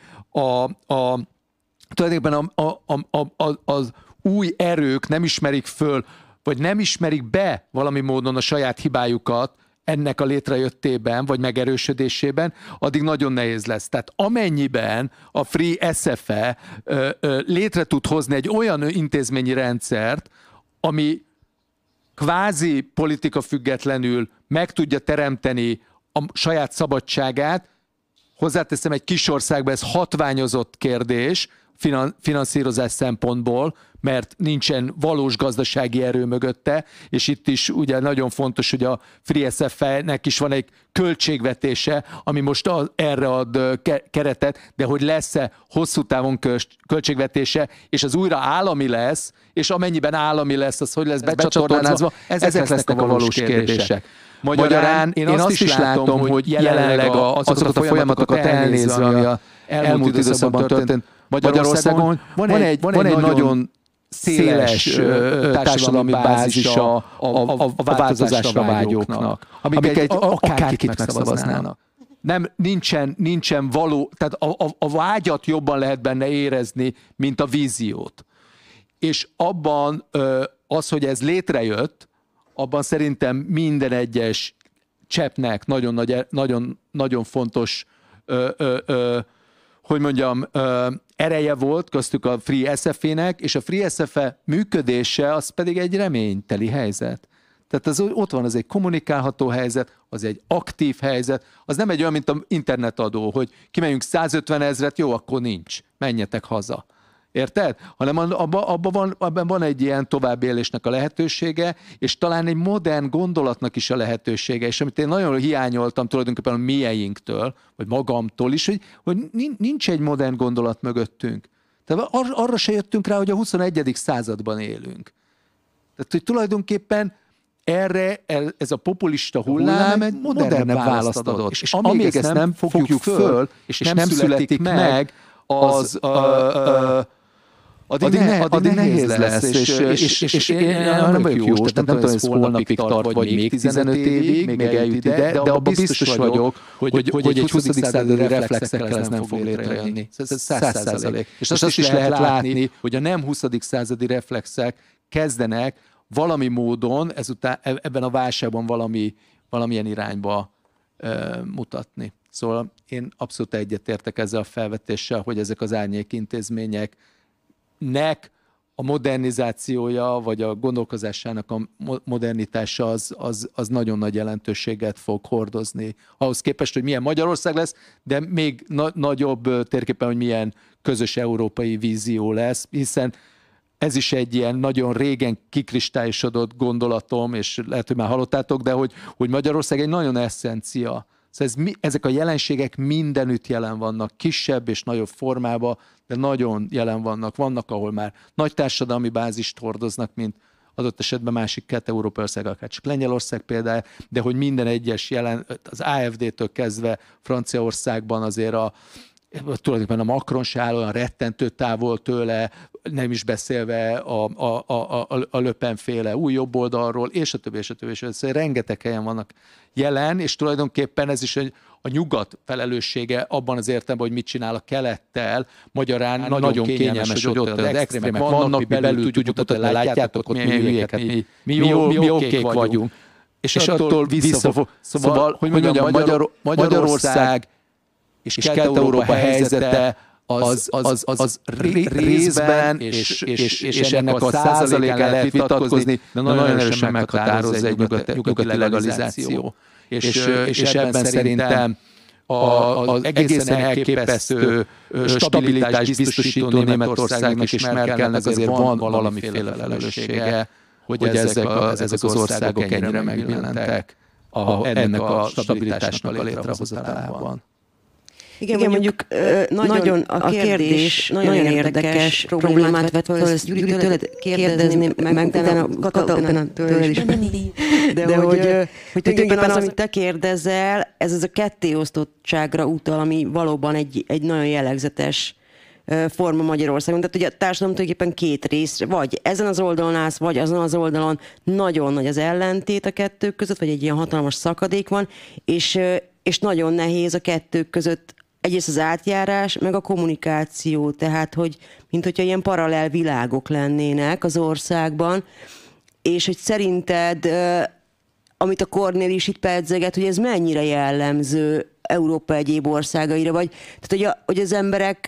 tulajdonképpen az új erők nem ismerik föl, vagy nem ismerik be valami módon a saját hibájukat ennek a létrejöttében, vagy megerősödésében, addig nagyon nehéz lesz. Tehát amennyiben a Free SFE létre tud hozni egy olyan intézményi rendszert, ami kvázi politika függetlenül meg tudja teremteni a saját szabadságát, hozzáteszem, egy kis országban ez hatványozott kérdés, finanszírozás szempontból, mert nincsen valós gazdasági erő mögötte, és itt is ugye nagyon fontos, hogy a Free SFE-nek is van egy költségvetése, ami most erre ad keretet, de hogy lesz-e hosszú távon költségvetése, és az újra állami lesz, és amennyiben állami lesz, az hogy lesz becsatornázva, ezek lesznek a valós kérdések. Magyarán én azt is látom, hogy jelenleg azokat a folyamatokat elnézve, ami az elmúlt időszakban történt Magyarországon, van egy nagyon széles társadalmi bázisa a változásra vágyóknak, amik akárkit megszavaznának. Nincsen való, tehát a vágyat jobban lehet benne érezni, mint a víziót. És abban az, hogy ez létrejött, abban szerintem minden egyes cseppnek nagyon fontos hogy mondjam, ereje volt, köztük a Free SFE-nek, és a Free SFE működése az pedig egy reményteli helyzet. Tehát ott van, az egy kommunikálható helyzet, az egy aktív helyzet, az nem egy olyan, mint az internetadó, hogy kimegyünk 150 000, jó, akkor nincs, menjetek haza. Érted? Hanem abban van egy ilyen továbbélésnek a lehetősége, és talán egy modern gondolatnak is a lehetősége, és amit én nagyon hiányoltam tulajdonképpen a mieinktől, vagy magamtól is, hogy nincs egy modern gondolat mögöttünk. Tehát arra se jöttünk rá, hogy a 21. században élünk. Tehát, hogy tulajdonképpen ez a populista hullám egy modernebb választ adott. És amíg ezt nem fogjuk föl, és nem születik meg, addig nehéz lesz, és én nem vagyok jó, tehát nem tudom, hogy ez holnapig tart, vagy még 15 évig, még eljut ide, de abban biztos vagyok, hogy egy 20. századi reflexekkel ez nem fog létrejönni. 100%. És azt is lehet látni, hogy a nem 20. századi reflexek kezdenek valami módon ebben a válságban valamilyen irányba mutatni. Szóval én abszolút egyetértek ezzel a felvetéssel, hogy ezek az árnyékintézményeknek a modernizációja, vagy a gondolkozásának a modernitása az nagyon nagy jelentőséget fog hordozni. Ahhoz képest, hogy milyen Magyarország lesz, de még nagyobb térképen, hogy milyen közös európai vízió lesz, hiszen ez is egy ilyen nagyon régen kikristályosodott gondolatom, és lehet, hogy már hallottátok, de hogy Magyarország egy nagyon eszencia. Szóval ezek a jelenségek mindenütt jelen vannak, kisebb és nagyobb formában, de nagyon jelen vannak. Vannak, ahol már nagy társadalmi bázist hordoznak, mint adott esetben másik kelet-európai ország, akár csak Lengyelország például, de hogy minden egyes az AfD-től kezdve Franciaországban azért tulajdonképpen a Macron se áll olyan rettentő távol tőle, nem is beszélve a Le Pen-féle új jobboldalról, és a többi, és a többi. Szóval rengeteg helyen vannak jelen, és tulajdonképpen ez is a nyugat felelőssége abban az értelemben, hogy mit csinál a kelettel, magyarán nagyon kényelmes, hogy ott az extrémek vannak, mi belül tudjuk mutatni, látjátok, ott milyen hülyéket, mi okék vagyunk. És attól visszafog. Szóval, hogy mondjam, Magyarország és Kelet-Európa helyzete az részben, és ennek a százalékán lehet vitatkozni, de nagyon erősen meghatározza egy nyugati legalizáció. És ebben szerintem az egészen elképesztő stabilitást biztosító Németországnak és Merkelnek azért van valamiféle felelőssége, hogy ezek az országok ennyire megjelentek ennek a stabilitásnak a létrehozatalában. Igen, mondjuk nagyon a kérdés nagyon érdekes problémát vett fel, ezt Gyuri tőled kérdezném, meg utána tőled is. De hogy tulajdonképpen az, amit te kérdezel, ez az a kettéosztottságra utal, ami valóban egy nagyon jellegzetes forma Magyarországon. Tehát ugye a társadalom tulajdonképpen két részre, vagy ezen az oldalon állsz, vagy azon az oldalon nagyon nagy az ellentét a kettő között, vagy egy ilyen hatalmas szakadék van, és nagyon nehéz a kettő között egyrészt az átjárás, meg a kommunikáció, tehát, hogy mint hogyha ilyen paralel világok lennének az országban, és hogy szerinted, amit a Kornél is itt pedzeget, hogy ez mennyire jellemző Európa egyéb országaira, vagy tehát, hogy az emberek,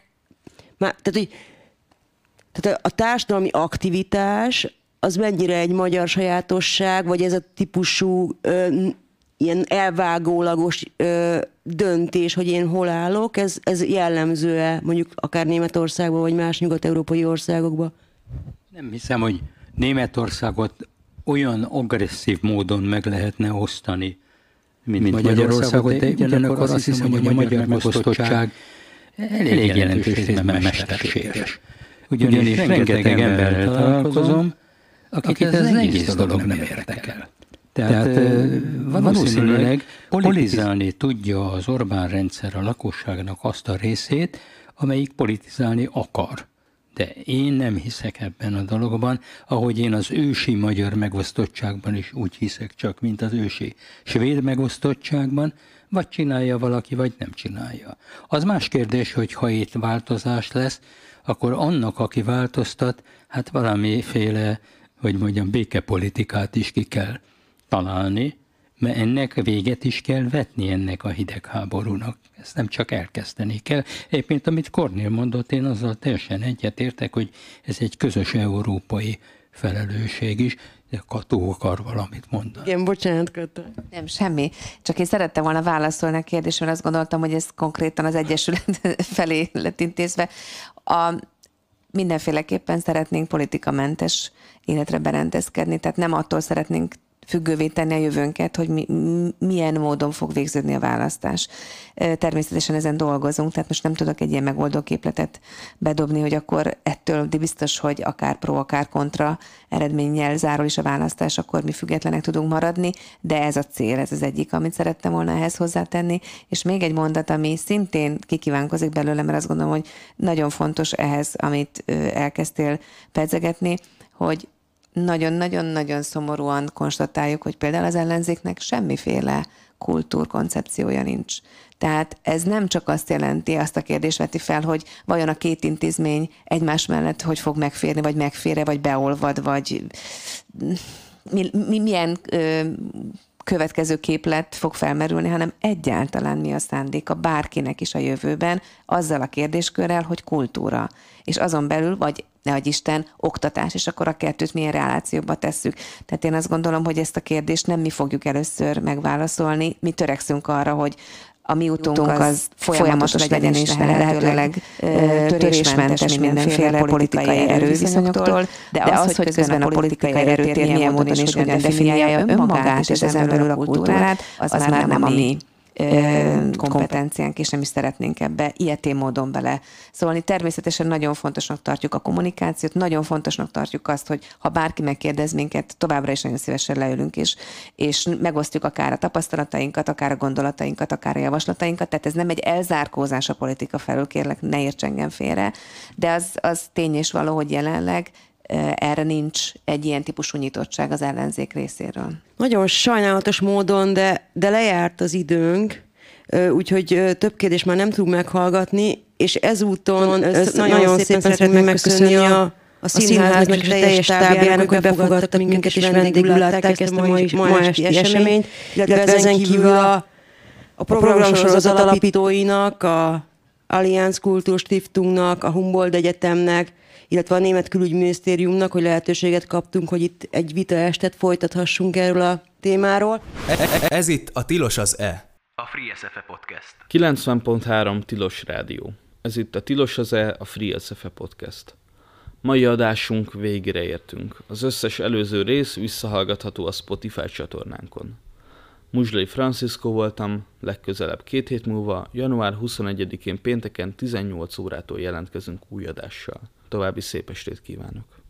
tehát a társadalmi aktivitás, az mennyire egy magyar sajátosság, vagy ez a típusú ilyen elvágólagos döntés, hogy én hol állok, ez jellemző-e mondjuk akár Németországban, vagy más nyugat-európai országokban? Nem hiszem, hogy Németországot olyan agresszív módon meg lehetne osztani, mint Magyarországot, de ugyanakkor azt hiszem, hogy a magyar megosztottság elég jelentős részben mesterséges. Ugyanis rengeteg emberrel találkozom, akit ez egész dolog nem érdekel. Tehát valószínűleg politizálni tudja az Orbán rendszer a lakosságnak azt a részét, amelyik politizálni akar. De én nem hiszek ebben a dologban, ahogy én az ősi magyar megosztottságban is úgy hiszek csak, mint az ősi svéd megosztottságban, vagy csinálja valaki, vagy nem csinálja. Az más kérdés, hogy ha itt változás lesz, akkor annak, aki változtat, hát valamiféle, hogy mondjam, békepolitikát is ki kell találni, mert ennek véget is kell vetni, ennek a hidegháborúnak. Ezt nem csak elkezdeni kell. Egyébként, amit Kornél mondott, én azzal teljesen egyetértek, hogy ez egy közös európai felelősség is. Kató akar valamit mondani. Igen, bocsánat, Kató. Nem, semmi. Csak én szerettem volna válaszolni a kérdésre, azt gondoltam, hogy ez konkrétan az Egyesület felé lett intézve. Mindenféleképpen szeretnénk politikamentes életre berendezkedni, tehát nem attól szeretnénk függővé tenni a jövőnket, hogy milyen módon fog végződni a választás. Természetesen ezen dolgozunk, tehát most nem tudok egy ilyen megoldó képletet bedobni, hogy akkor ettől biztos, hogy akár pro, akár kontra eredménnyel zárul is a választás, akkor mi függetlenek tudunk maradni, de ez a cél, ez az egyik, amit szerettem volna ehhez hozzátenni. És még egy mondat, ami szintén kikívánkozik belőle, mert azt gondolom, hogy nagyon fontos ehhez, amit elkezdtél pedzegetni, hogy nagyon-nagyon-nagyon szomorúan konstatáljuk, hogy például az ellenzéknek semmiféle kultúrkoncepciója nincs. Tehát ez nem csak azt jelenti, azt a kérdést veti fel, hogy vajon a két intézmény egymás mellett hogy fog megférni, vagy megfér-e, vagy beolvad, vagy milyen következő képlet fog felmerülni, hanem egyáltalán mi a szándéka bárkinek is a jövőben azzal a kérdéskörrel, hogy kultúra. És azon belül, vagy nehogy Isten, oktatás, és akkor a kettőt milyen relációba tesszük. Tehát én azt gondolom, hogy ezt a kérdést nem mi fogjuk először megválaszolni, mi törekszünk arra, hogy a mi utunk az folyamatos legyen és lehetőleg törésmentes mindenféle politikai erőviszonyoktól, de az, hogy közben a politikai erőtér milyen módon és hogyan definiálja önmagát és ezen belül a kultúrát, az már nem a mi kompetenciánk, és nem is szeretnénk ebbe ilyetén módon bele szólni. Természetesen nagyon fontosnak tartjuk a kommunikációt, nagyon fontosnak tartjuk azt, hogy ha bárki megkérdez minket, továbbra is nagyon szívesen leülünk, és megosztjuk akár a tapasztalatainkat, akár a gondolatainkat, akár a javaslatainkat, tehát ez nem egy elzárkózás a politika felől, kérlek, ne érts engem félre, de az tény és való, hogy jelenleg erre nincs egy ilyen típusú nyitottság az ellenzék részéről. Nagyon sajnálatos módon, de lejárt az időnk, úgyhogy több kérdést már nem tudunk meghallgatni, és ezúton nagyon szépen szeretném megköszönni a színháznak és a teljes stábjának, hogy befogadtak minket, és vendégül látták ezt a ma esti eseményt, illetve ezen kívül a programsorozat alapítóinak, a Allianz Kulturstiftunknak, a Humboldt Egyetemnek, illetve a Német Külügyminisztériumnak, hogy lehetőséget kaptunk, hogy itt egy vitaestet folytathassunk erről a témáról. Ez itt a Tilos az E. A Free SFE Podcast. 90.3 Tilos Rádió. Ez itt a Tilos az E, a Free SFE Podcast. Mai adásunk végére értünk. Az összes előző rész visszahallgatható a Spotify csatornánkon. Muzslai Francisco voltam, legközelebb 2 hét múlva, január 21-én pénteken 18 órától jelentkezünk új adással. További szép estét kívánok!